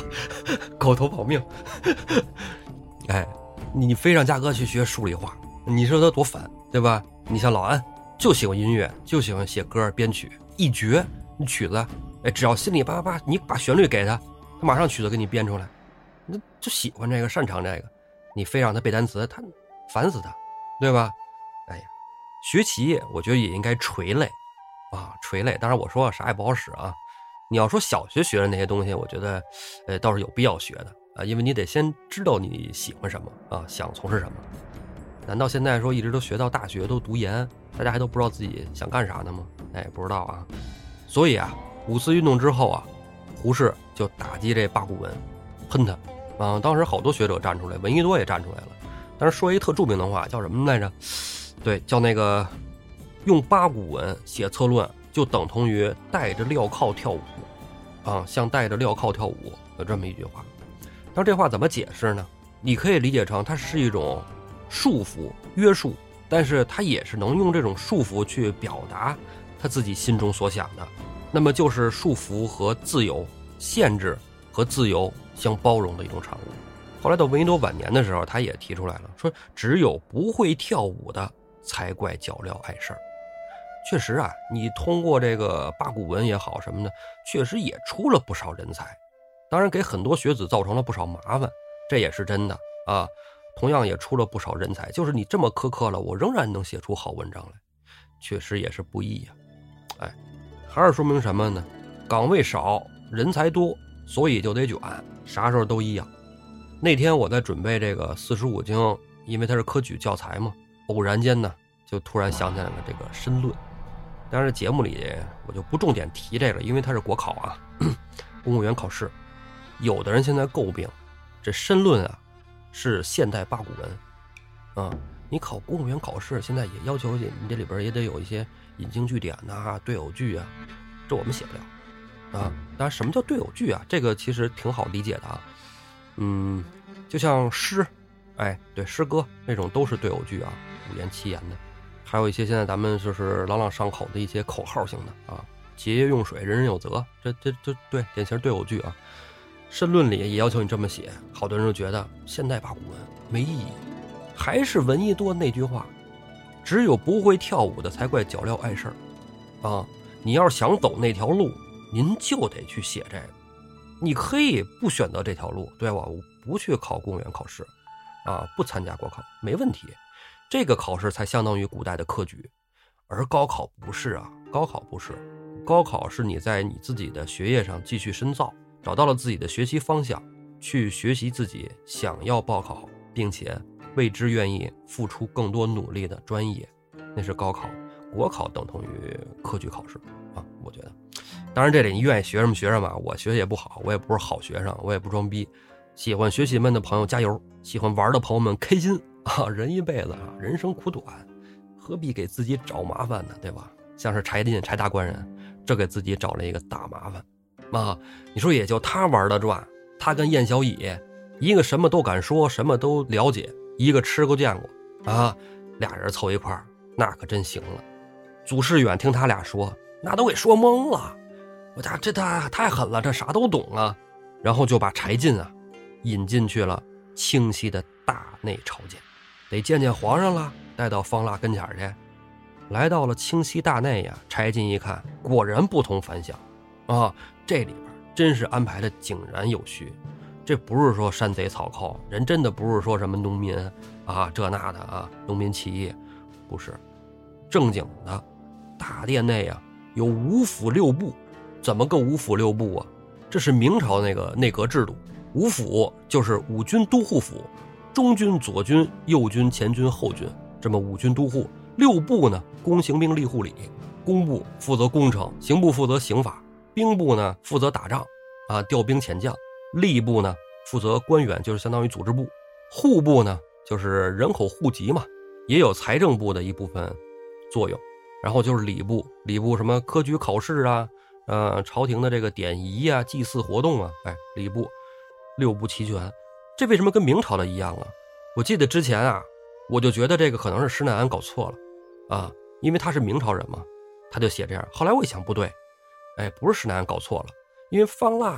狗头保命。哎，你非让嘉哥去学数理化，你说他多烦，对吧？你像老安就喜欢音乐，就喜欢写歌编曲，一绝。你曲子，哎，只要心里叭叭叭，你把旋律给他，他马上曲子给你编出来。那就喜欢这个，擅长这个。你非让他背单词，他烦死他，对吧？哎呀，学习我觉得也应该垂类啊，垂类。当然我说啥也不好使啊。你要说小学学的那些东西，我觉得呃倒是有必要学的啊，因为你得先知道你喜欢什么啊，想从事什么。难道现在说一直都学到大学都读研，大家还都不知道自己想干啥呢吗？哎，不知道啊。所以啊，五四运动之后啊，胡适就打击这八股文，喷他啊。当时好多学者站出来，闻一多也站出来了。但是说一特著名的话，叫什么来着？对，叫那个用八股文写策论，就等同于带着镣铐跳舞啊，像带着镣铐跳舞，有这么一句话。但是这话怎么解释呢？你可以理解成它是一种束缚、约束，但是它也是能用这种束缚去表达他自己心中所想的，那么就是束缚和自由、限制和自由相包容的一种产物。后来到闻一多晚年的时候，他也提出来了，说只有不会跳舞的才怪脚镣碍事儿。确实啊，你通过这个八股文也好什么的，确实也出了不少人才，当然给很多学子造成了不少麻烦，这也是真的啊。同样也出了不少人才，就是你这么苛刻了，我仍然能写出好文章来，确实也是不易呀、啊。哎，还是说明什么呢？岗位少，人才多，所以就得卷，啥时候都一样。那天我在准备这个四书五经，因为它是科举教材嘛，偶然间呢就突然想起来了这个申论。当然节目里我就不重点提这个，因为它是国考啊，公务员考试。有的人现在诟病这申论啊是现代八股文啊，你考公务员考试现在也要求你这里边也得有一些引经据典呐、对偶句啊，这我们写不了啊。当然什么叫对偶句啊，这个其实挺好理解的啊。嗯，就像诗，哎，对，诗歌那种都是对偶句啊，五言七言的。还有一些现在咱们就是朗朗上口的一些口号性的啊，节约用水，人人有责，这这这对典型对偶句啊。申论里也要求你这么写，好多人就觉得现代八股文没意义。还是闻一多那句话，只有不会跳舞的才怪脚镣碍事儿啊！你要是想走那条路，您就得去写这个。你可以不选择这条路，对吧？我不去考公务员考试啊，不参加国考没问题。这个考试才相当于古代的科举，而高考不是啊，高考不是，高考是你在你自己的学业上继续深造，找到了自己的学习方向，去学习自己想要报考并且为之愿意付出更多努力的专业，那是高考。国考等同于科举考试啊，我觉得。当然这里你愿意学什么学什么，我学习也不好，我也不是好学生，我也不装逼。喜欢学习们的朋友加油，喜欢玩的朋友们开心啊！人一辈子啊，人生苦短，何必给自己找麻烦呢？对吧？像是柴进柴大官人，这给自己找了一个大麻烦啊！你说也就他玩得转，他跟燕小乙一个什么都敢说，什么都了解，一个吃过见过啊，俩人凑一块儿，那可真行了。祖士远听他俩说，那都给说懵了，我家这他太狠了，这啥都懂啊。然后就把柴进啊引进去了清溪的大内朝见，得见见皇上了，带到方腊跟前去。来到了清溪大内呀，柴进一看，果然不同凡响啊，这里边真是安排的井然有序。这不是说山贼草寇，人真的不是说什么农民啊这那的啊，农民起义，不是正经的。大殿内啊有五府六部，怎么个五府六部啊？这是明朝那个内阁制度，五府就是五军都护府，中军、左军、右军、前军、后军，这么五军都护。六部呢，宫刑兵吏护理，工部负责工程，刑部负责刑法，兵部呢负责打仗啊，调兵遣将，吏部呢负责官员，就是相当于组织部，户部呢就是人口户籍嘛，也有财政部的一部分作用。然后就是礼部，礼部什么科举考试啊，呃，朝廷的这个典仪啊、祭祀活动啊，哎，礼部六部齐全。这为什么跟明朝的一样啊？我记得之前啊，我就觉得这个可能是施耐庵搞错了啊，因为他是明朝人嘛，他就写这样。后来我一想不对，哎，不是施耐庵搞错了，因为方腊呀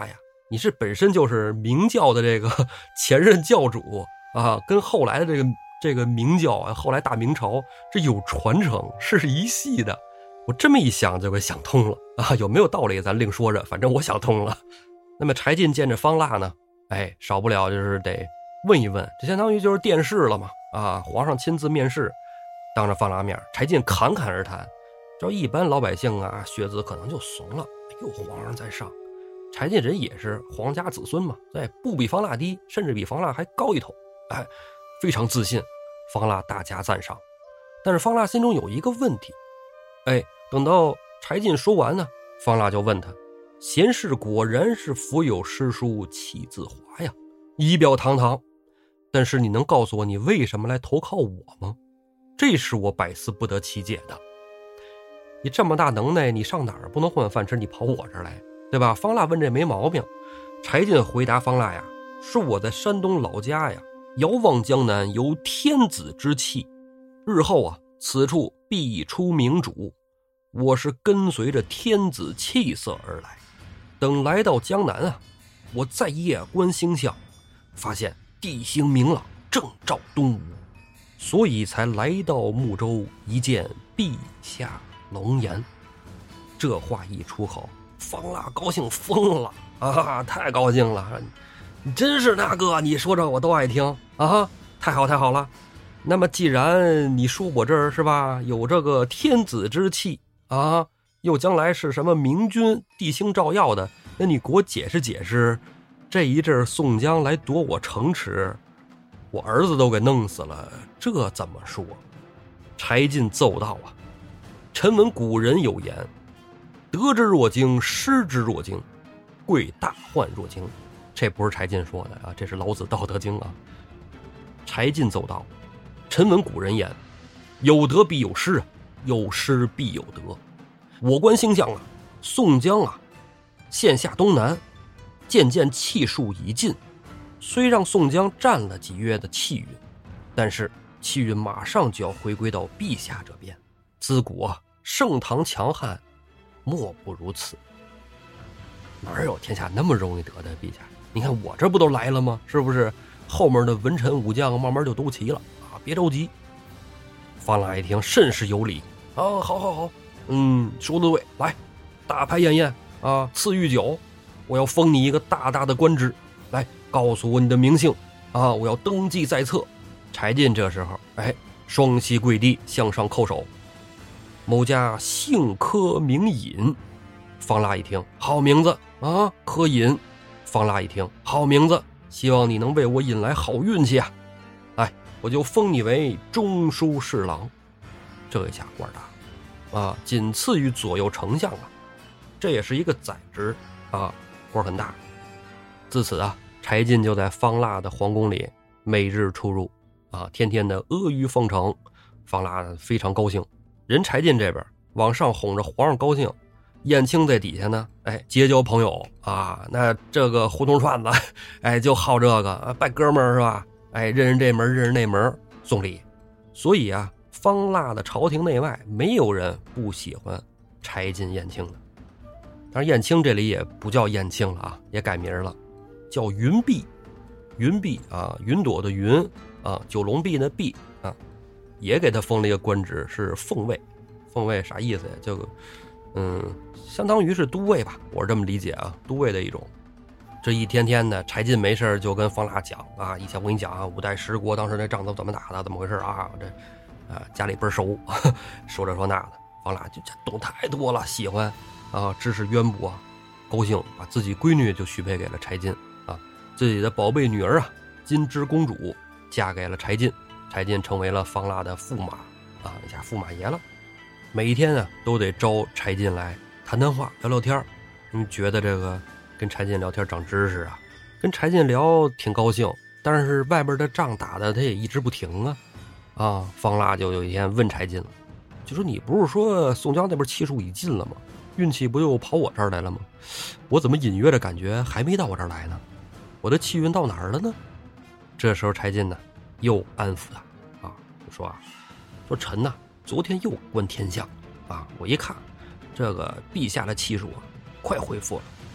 你是本身就是明教的这个前任教主啊，跟后来的这个这个明教啊，后来大明朝这有传承，是一系的。我这么一想就给想通了啊，有没有道理咱另说着，反正我想通了。那么柴进见着方腊呢，哎，少不了就是得问一问，这相当于就是殿试了嘛啊，皇上亲自面试，当着方腊面，柴进侃侃而谈。这一般老百姓啊，血字可能就怂了，哎呦，皇上在上。柴进人也是皇家子孙嘛，哎，不比方腊低，甚至比方腊还高一头，哎，非常自信。方腊大加赞赏，但是方腊心中有一个问题，哎，等到柴进说完呢，方腊就问他：贤士果然是腹有诗书气自华呀，仪表堂堂，但是你能告诉我你为什么来投靠我吗？这是我百思不得其解的。你这么大能耐，你上哪儿不能混饭吃，你跑我这儿来，对吧？方腊问这没毛病。柴进回答方腊呀，说我在山东老家呀，遥望江南有天子之气，日后啊，此处必出明主，我是跟随着天子气色而来。等来到江南啊，我再夜观星象，发现地形明朗，正照东吴，所以才来到睦州一见陛下龙颜。这话一出口，方腊高兴疯了啊！太高兴了，你真是大哥，你说这我都爱听啊！太好太好了。那么既然你说我这儿是吧，有这个天子之气啊，又将来是什么明君，地星照耀的，那你给我解释解释，这一阵宋江来夺我城池，我儿子都给弄死了，这怎么说？柴进奏道啊，臣闻古人有言，得之若惊，失之若惊，贵大患若惊。这不是柴进说的啊，这是老子道德经啊。柴进奏道，臣闻古人言，有得必有失，有失必有得。我观星象啊，宋江啊，现下东南，渐渐气数已尽，虽让宋江占了几月的气运，但是气运马上就要回归到陛下这边。自古啊，盛唐强汉莫不如此。哪有天下那么容易得的陛下？你看我这不都来了吗？是不是？后面的文臣武将慢慢就都齐了啊！别着急。方腊一听甚是有理啊，好好好，嗯，说的对，来，大排宴宴啊，赐御酒，我要封你一个大大的官职，来，告诉我你的名姓啊，我要登记在册。柴进这时候，哎，双膝跪地，向上叩首。某家姓柯名尹。方腊一听，好名字啊，柯尹。方腊一听，好名字，希望你能为我引来好运气啊！哎，我就封你为中书侍郎，这一下官大啊，仅次于左右丞相啊，这也是一个宰职啊，官很大。自此啊，柴进就在方腊的皇宫里每日出入啊，天天的阿谀奉承，方腊非常高兴。人柴进这边往上哄着皇上高兴，燕青在底下呢，哎，结交朋友啊，那这个胡同串子，哎，就好这个啊，拜哥们儿是吧？哎，认认这门认认那门，送礼。所以啊，方腊的朝廷内外没有人不喜欢柴进燕青的。当然，燕青这里也不叫燕青了啊，也改名了，叫云弼。云弼啊，云朵的云啊，九龙壁的壁啊，也给他封了一个官职，是奉尉。奉尉啥意思呀？就嗯，相当于是都尉吧，我是这么理解啊，都尉的一种。这一天天的，柴进没事就跟方腊讲啊，以前我跟你讲啊，五代十国当时那仗都怎么打的，怎么回事啊？这啊家里倍儿熟，说这说那的。方腊就这懂太多了，喜欢啊，知识渊博，高兴，把自己闺女就许配给了柴进啊，自己的宝贝女儿啊，金枝公主嫁给了柴进，柴进成为了方腊的驸马啊，一下驸马爷了。每一天啊，都得招柴进来谈谈话，聊聊天。你觉得这个跟柴进聊天长知识啊？跟柴进聊挺高兴，但是外边的仗打的他也一直不停啊。啊，方腊就有一天问柴进了，就说你不是说宋江那边气数已尽了吗？运气不又跑我这儿来了吗？我怎么隐约的感觉还没到我这儿来呢？我的气运到哪儿了呢？这时候柴进呢又安抚他啊，就说啊，说臣呐，昨天又观天象啊，我一看这个陛下的气数啊快恢复了，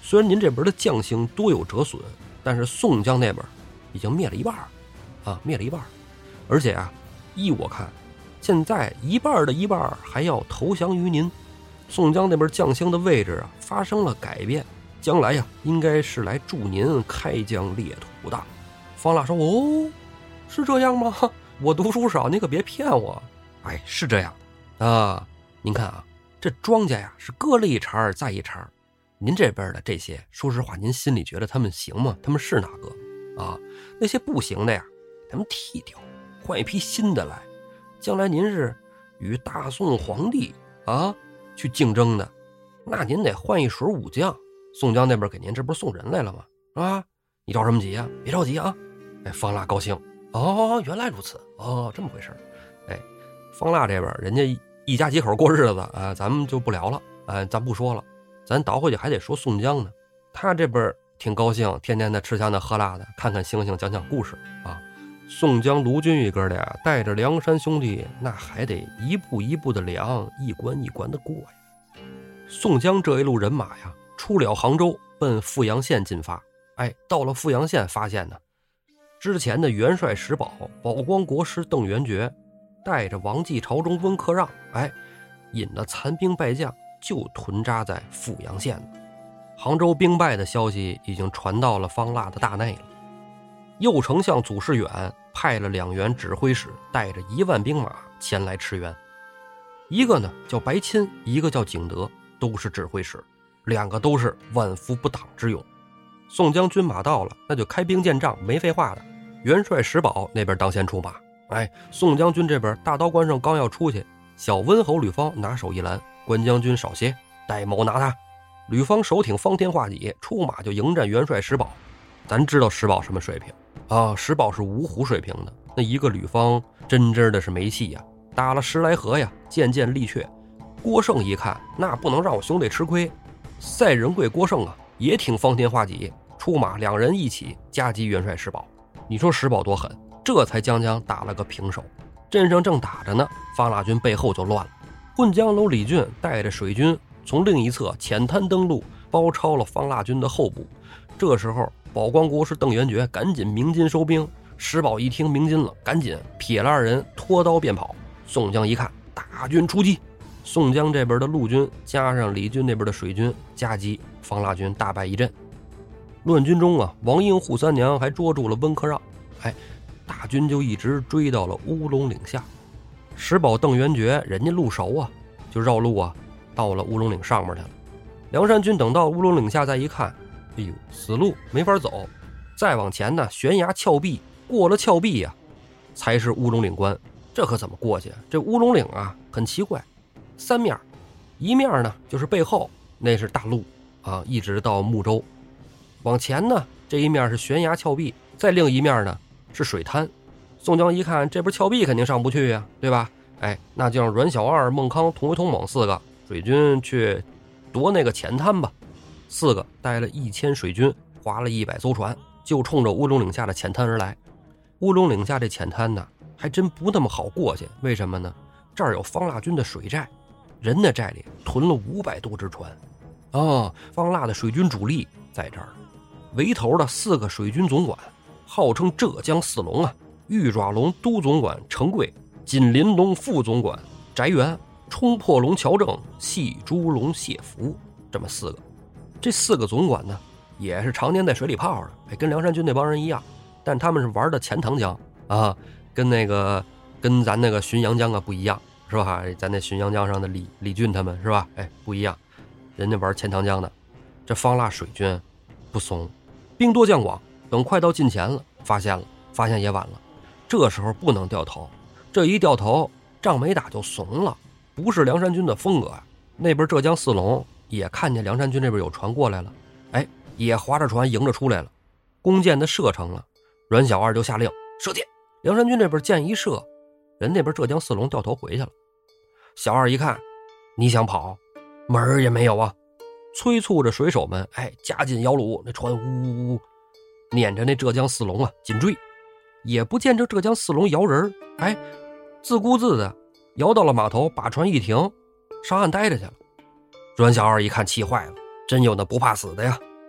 虽然您这边的将星多有折损，但是宋江那边已经灭了一半啊，灭了一半。而且啊，依我看，现在一半的一半还要投降于您。宋江那边将星的位置啊发生了改变，将来呀应该是来助您开疆裂土的。方腊说：“哦，是这样吗？我读书少，您可别骗我。”哎，是这样啊。您看啊，这庄稼呀是割了一茬再一茬。您这边的这些，说实话，您心里觉得他们行吗？他们是哪个啊？那些不行的呀，他们剃掉，换一批新的来。将来您是与大宋皇帝啊去竞争的，那您得换一水武将。宋江那边给您这不是送人来了吗？啊，你着什么急啊？别着急啊！哎，方腊高兴，哦，原来如此，哦，这么回事。哎，方腊这边人家一家几口过日子啊，咱们就不聊了，啊，咱不说了。咱倒回去还得说宋江呢，他这边挺高兴，天天的吃香的喝辣的，看看星星，讲讲故事啊。宋江、卢俊义哥俩带着梁山兄弟，那还得一步一步的量，一关一关的过呀。宋江这一路人马呀，出了杭州，奔富阳县进发。哎，到了富阳县，发现呢，之前的元帅石宝、保光国师邓元觉，带着王继、朝中、温客让，哎，引了残兵败将，就屯扎在富阳县了。杭州兵败的消息已经传到了方腊的大内了。右丞相祖士远派了两员指挥使，带着一万兵马前来驰援。一个呢叫白钦，一个叫景德，都是指挥使，两个都是万夫不挡之勇。宋江军马到了，那就开兵见仗，没废话的。元帅石宝那边当先出马，哎，宋将军这边大刀关胜刚要出去，小温侯吕方拿手一拦，关将军少些，带某拿他。吕方手挺方天画戟，出马就迎战元帅石宝。咱知道石宝什么水平啊？石宝是五虎水平的，那一个吕方真真的是没戏呀，打了十来合呀，渐渐力却。郭胜一看，那不能让我兄弟吃亏，赛仁贵郭胜啊也挺方天画戟，出马，两人一起夹击元帅石宝。你说石宝多狠，这才将将打了个平手。阵上正打着呢，方腊军背后就乱了。混江楼李俊带着水军从另一侧浅滩登陆，包抄了方腊军的后部。这时候保光国师邓元觉赶紧鸣金收兵，石宝一听鸣金了，赶紧撇了二人，拖刀便跑。宋江一看，大军出击，宋江这边的陆军加上李军那边的水军夹击方腊军，大败一阵。乱军中啊，王英、扈三娘还捉住了温客让，哎，大军就一直追到了乌龙岭下。石宝、邓元觉人家路熟啊，就绕路啊到了乌龙岭上面去了。梁山军等到乌龙岭下再一看，哎呦，死路没法走，再往前呢，悬崖峭壁，过了峭壁呀、啊，才是乌龙岭关。这可怎么过去？这乌龙岭啊，很奇怪，三面，一面呢就是背后，那是大路啊，一直到睦州。往前呢，这一面是悬崖峭壁，再另一面呢是水滩。宋江一看，这不峭壁肯定上不去呀，对吧？哎，那就让阮小二、孟康、童威、童猛四个水军去夺那个浅滩吧。四个带了一千水军，划了一百艘船，就冲着乌龙岭下的浅滩而来。乌龙岭下这浅滩呢，还真不那么好过去。为什么呢？这儿有方腊军的水寨，人的寨里屯了五百多只船。哦，方腊的水军主力在这儿，围头的四个水军总管，号称浙江四龙啊，玉爪龙都总管程贵，锦鳞龙副总管翟元，冲破龙乔正，细珠龙谢福，这么四个。这四个总管呢，也是常年在水里泡着，哎，跟梁山军那帮人一样，但他们是玩的钱塘江啊，跟那个跟咱那个浔阳江啊不一样，是吧？咱那浔阳江上的李李俊他们是吧？哎，不一样，人家玩钱塘江的。这方腊水军不怂，兵多将广，等快到近前了，发现了，发现也晚了。这时候不能掉头，这一掉头，仗没打就怂了，不是梁山军的风格啊。那边浙江四龙也看见梁山军这边有船过来了，哎，也划着船迎着出来了。弓箭的射成了，阮小二就下令射箭。梁山军这边箭一射，人那边浙江四龙掉头回去了。小二一看，你想跑，门儿也没有啊！催促着水手们，哎，加紧摇橹，那船呜呜呜，撵着那浙江四龙啊紧追。也不见这浙江四龙摇人，哎，自顾自的摇到了码头，把船一停，上岸待着去了。阮小二一看气坏了，真有那不怕死的呀！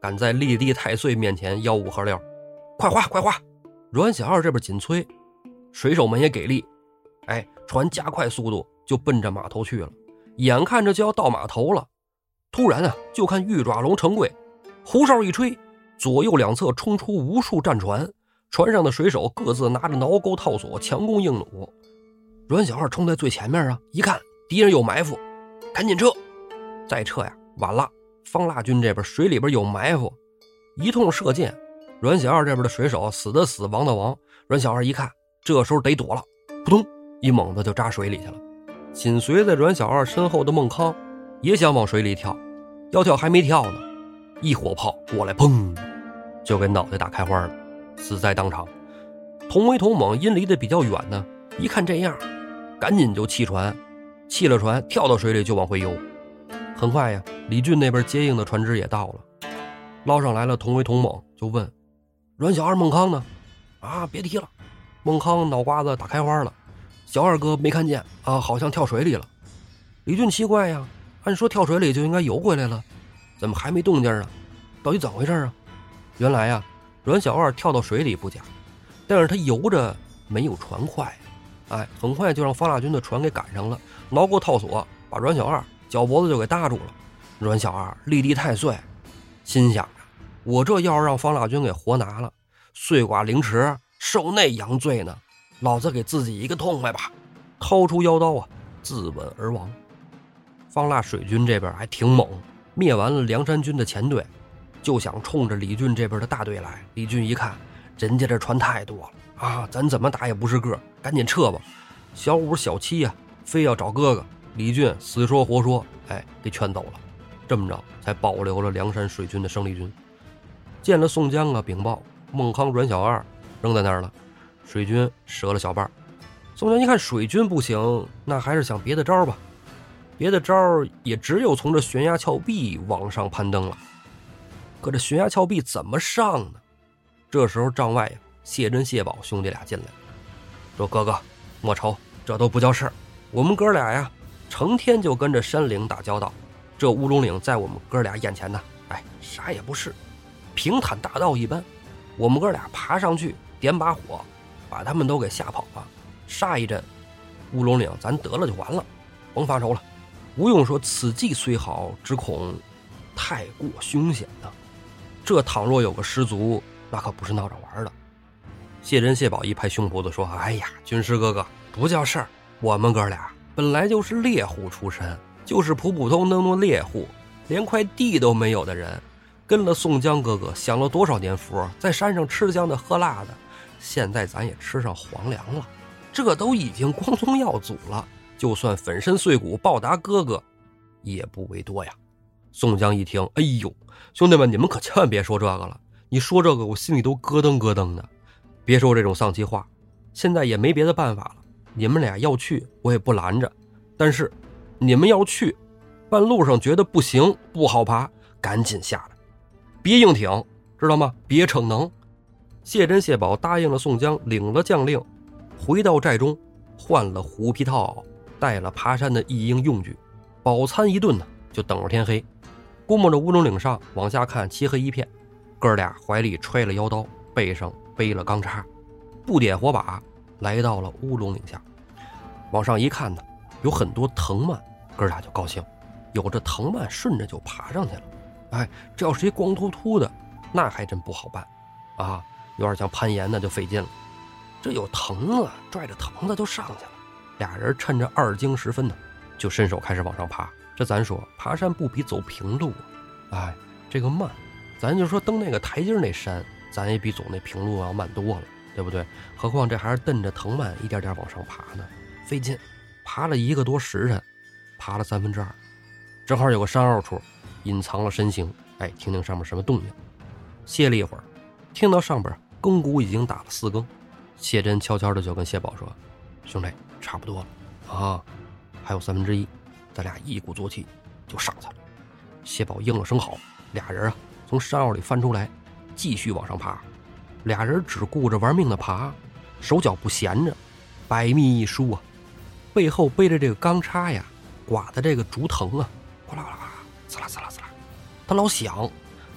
敢在立地太岁面前吆五喝六，快划快划！阮小二这边紧催，水手们也给力，哎，船加快速度就奔着码头去了。眼看着就要到码头了，突然啊，就看玉爪龙成贵，胡哨一吹，左右两侧冲出无数战船，船上的水手各自拿着挠钩套索，强弓硬弩。阮小二冲在最前面啊，一看敌人有埋伏，赶紧撤！再撤呀，晚了。方腊军这边水里边有埋伏，一通射箭，阮小二这边的水手死的死，亡的亡。阮小二一看，这时候得躲了，扑通一猛子就扎水里去了。紧随在阮小二身后的孟康也想往水里跳，要跳还没跳呢，一火炮过来，砰，就给脑袋打开花了，死在当场。同为同猛因离得比较远呢，一看这样，赶紧就弃船，弃了船，跳到水里就往回游。很快呀，李俊那边接应的船只也到了，捞上来了同为同猛，就问阮小二孟康呢？啊，别提了，孟康脑瓜子打开花了，小二哥没看见啊，好像跳水里了。李俊奇怪呀，按说跳水里就应该游回来了，怎么还没动静啊？到底怎么回事啊？原来呀，阮小二跳到水里不假，但是他游着没有船快，哎，很快就让方腊军的船给赶上了，挠钩套索，把阮小二脚脖子就给搭住了。阮小二立地太岁，心想着我这要是让方腊军给活拿了，碎剐凌迟，受那洋罪呢，老子给自己一个痛快吧，掏出腰刀啊，自刎而亡。方腊水军这边还挺猛，灭完了梁山军的前队，就想冲着李俊这边的大队来。李俊一看人家这船太多了啊，咱怎么打也不是个，赶紧撤吧。小五小七呀、啊，非要找哥哥，李俊死说活说，哎，给劝走了。这么着才保留了梁山水军的生力军。见了宋江啊，禀报孟康、阮小二扔在那儿了，水军折了小半。宋江一看水军不行，那还是想别的招吧。别的招也只有从这悬崖峭壁往上攀登了。可这悬崖峭壁怎么上呢？这时候帐外呀，谢珍、谢宝兄弟俩进来，说：“哥哥，莫愁，这都不叫事儿。我们哥俩呀，成天就跟着山岭打交道，这乌龙岭在我们哥俩眼前呢，哎，啥也不是，平坦大道一般。我们哥俩爬上去，点把火，把他们都给吓跑了，杀一阵，乌龙岭咱得了就完了，甭发愁了。吴用说此计虽好，只恐太过凶险呢。这倘若有个失足，那可不是闹着玩的。”谢珍、谢宝一拍胸脯子说：“哎呀，军师哥哥，不叫事儿，我们哥俩本来就是猎户出身，就是普普通通的猎户，连块地都没有的人，跟了宋江哥哥享了多少年福，在山上吃香的喝辣的，现在咱也吃上皇粮了，这都已经光宗耀祖了，就算粉身碎骨报答哥哥也不为多呀。”宋江一听，哎呦，兄弟们，你们可千万别说这个了，你说这个我心里都咯噔咯噔的。别说这种丧气话，现在也没别的办法了，你们俩要去我也不拦着，但是你们要去半路上觉得不行不好爬，赶紧下来，别硬挺，知道吗？别逞能。谢珍、谢宝答应了宋江，领了将令，回到寨中，换了虎皮套，带了爬山的一应用具，饱餐一顿呢，就等着天黑。估摸着乌龙岭上往下看漆黑一片，哥俩怀里揣了腰刀，背上背了钢叉，不点火把，来到了乌龙岭下。往上一看呢，有很多藤蔓，哥俩就高兴，有这藤蔓顺着就爬上去了。哎，这要是一光秃秃的，那还真不好办啊，有点像攀岩的就费劲了。这有藤啊，拽着藤子就上去了。俩人趁着二更时分呢，就伸手开始往上爬。这咱说爬山不比走平路啊，哎，这个慢，咱就说登那个台阶那山，咱也比走那平路要慢多了，对不对？何况这还是蹬着藤蔓一点点往上爬呢，费劲。爬了一个多时辰，爬了三分之二，正好有个山坳处隐藏了身形，哎，听听上面什么动静。歇了一会儿，听到上边更鼓已经打了四更。谢珍悄悄的就跟谢宝说：“兄弟，差不多了啊，还有三分之一，咱俩一鼓作气就上去了。”谢宝应了声好，俩人啊从山坳里翻出来，继续往上爬。俩人只顾着玩命的爬，手脚不闲着，百密一疏啊，背后背着这个钢叉呀，刮的这个竹藤啊，哗啦哗啦，呲啦呲啦呲啦，他老响，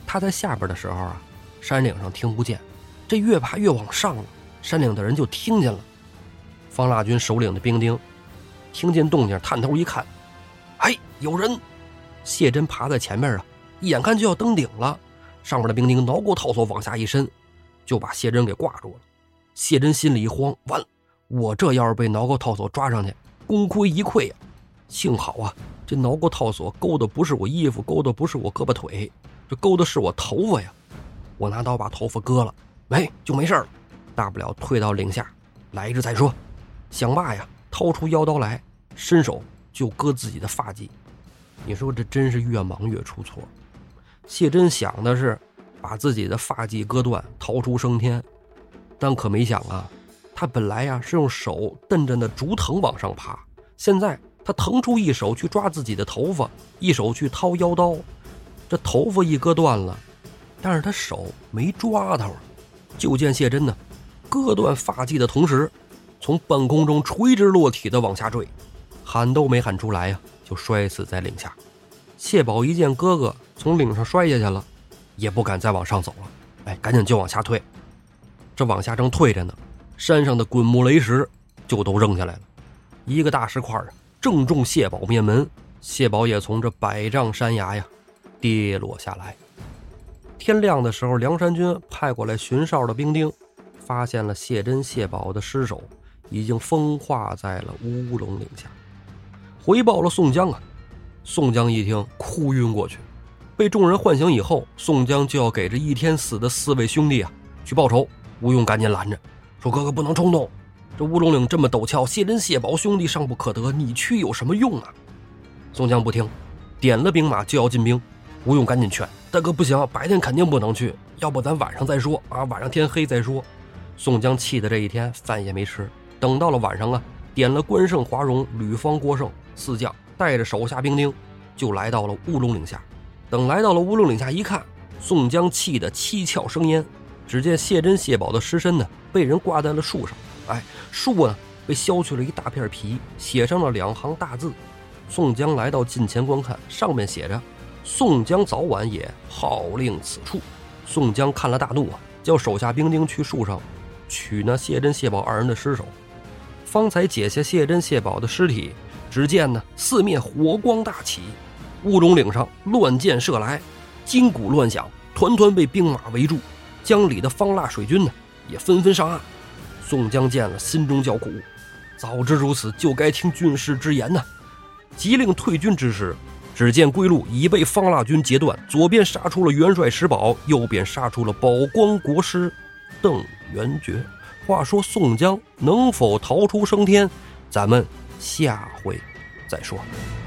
他在下边的时候啊，山岭上听不见，这越爬越往上了，山岭的人就听见了。方腊军首领的兵丁听见动静，探头一看，哎，有人！谢珍爬在前面啊，一眼看就要登顶了，上面的兵丁挠钩套索往下一伸，就把谢珍给挂住了。谢珍心里一慌，完了，我这要是被挠钩套索抓上去，功亏一篑呀！幸好啊，这挠钩套索勾的不是我衣服，勾的不是我胳膊腿，这勾的是我头发呀！我拿刀把头发割了，没就没事了，大不了退到岭下来一只再说。想罢呀，掏出腰刀来，伸手就割自己的发髻。你说这真是越忙越出错。谢珍想的是把自己的发髻割断，逃出升天，但可没想啊，他本来呀是用手蹬着那竹藤往上爬，现在他腾出一手去抓自己的头发，一手去掏腰刀，这头发一割断了，但是他手没抓头。就见谢珍呢，割断发髻的同时，从半空中垂直落体的往下坠，喊都没喊出来呀，就摔死在岭下。谢宝一见哥哥从岭上摔下去了，也不敢再往上走了，哎，赶紧就往下退。这往下正退着呢，山上的滚木雷石就都扔下来了，一个大石块正中谢宝面门，谢宝也从这百丈山崖呀跌落下来。天亮的时候，梁山军派过来巡哨的兵丁发现了谢珍、谢宝的尸首已经风化在了乌龙岭下，回报了宋江啊。宋江一听哭晕过去，被众人唤醒以后，宋江就要给这一天死的四位兄弟啊去报仇。吴用赶紧拦着，说哥哥不能冲动，这乌龙岭这么陡峭，谢珍谢宝兄弟尚不可得，你去有什么用啊？宋江不听，点了兵马就要进兵。吴用赶紧劝大哥不行，白天肯定不能去，要不咱晚上再说啊，晚上天黑再说。宋江气的这一天饭也没吃，等到了晚上啊，点了关胜、华容、吕方、郭盛四将，带着手下兵丁就来到了乌龙岭下。等来到了乌龙岭下一看，宋江气得七窍生烟。只见谢珍、谢宝的尸身呢，被人挂在了树上，哎，树呢被削去了一大片皮，写上了两行大字。宋江来到近前观看，上面写着宋江早晚也号令此处。宋江看了大怒啊，叫手下兵丁去树上取那谢珍、谢宝二人的尸首。方才解下谢珍、谢宝的尸体，只见呢四面火光大起，乌龙岭上乱箭射来，金鼓乱响，团团被兵马围住。江里的方腊水军呢也纷纷上岸。宋江见了，心中叫苦，早知如此，就该听军师之言呢。急令退军之时，只见归路已被方腊军截断，左边杀出了元帅石宝，右边杀出了保光国师邓元觉。话说宋江能否逃出升天，咱们下回再说。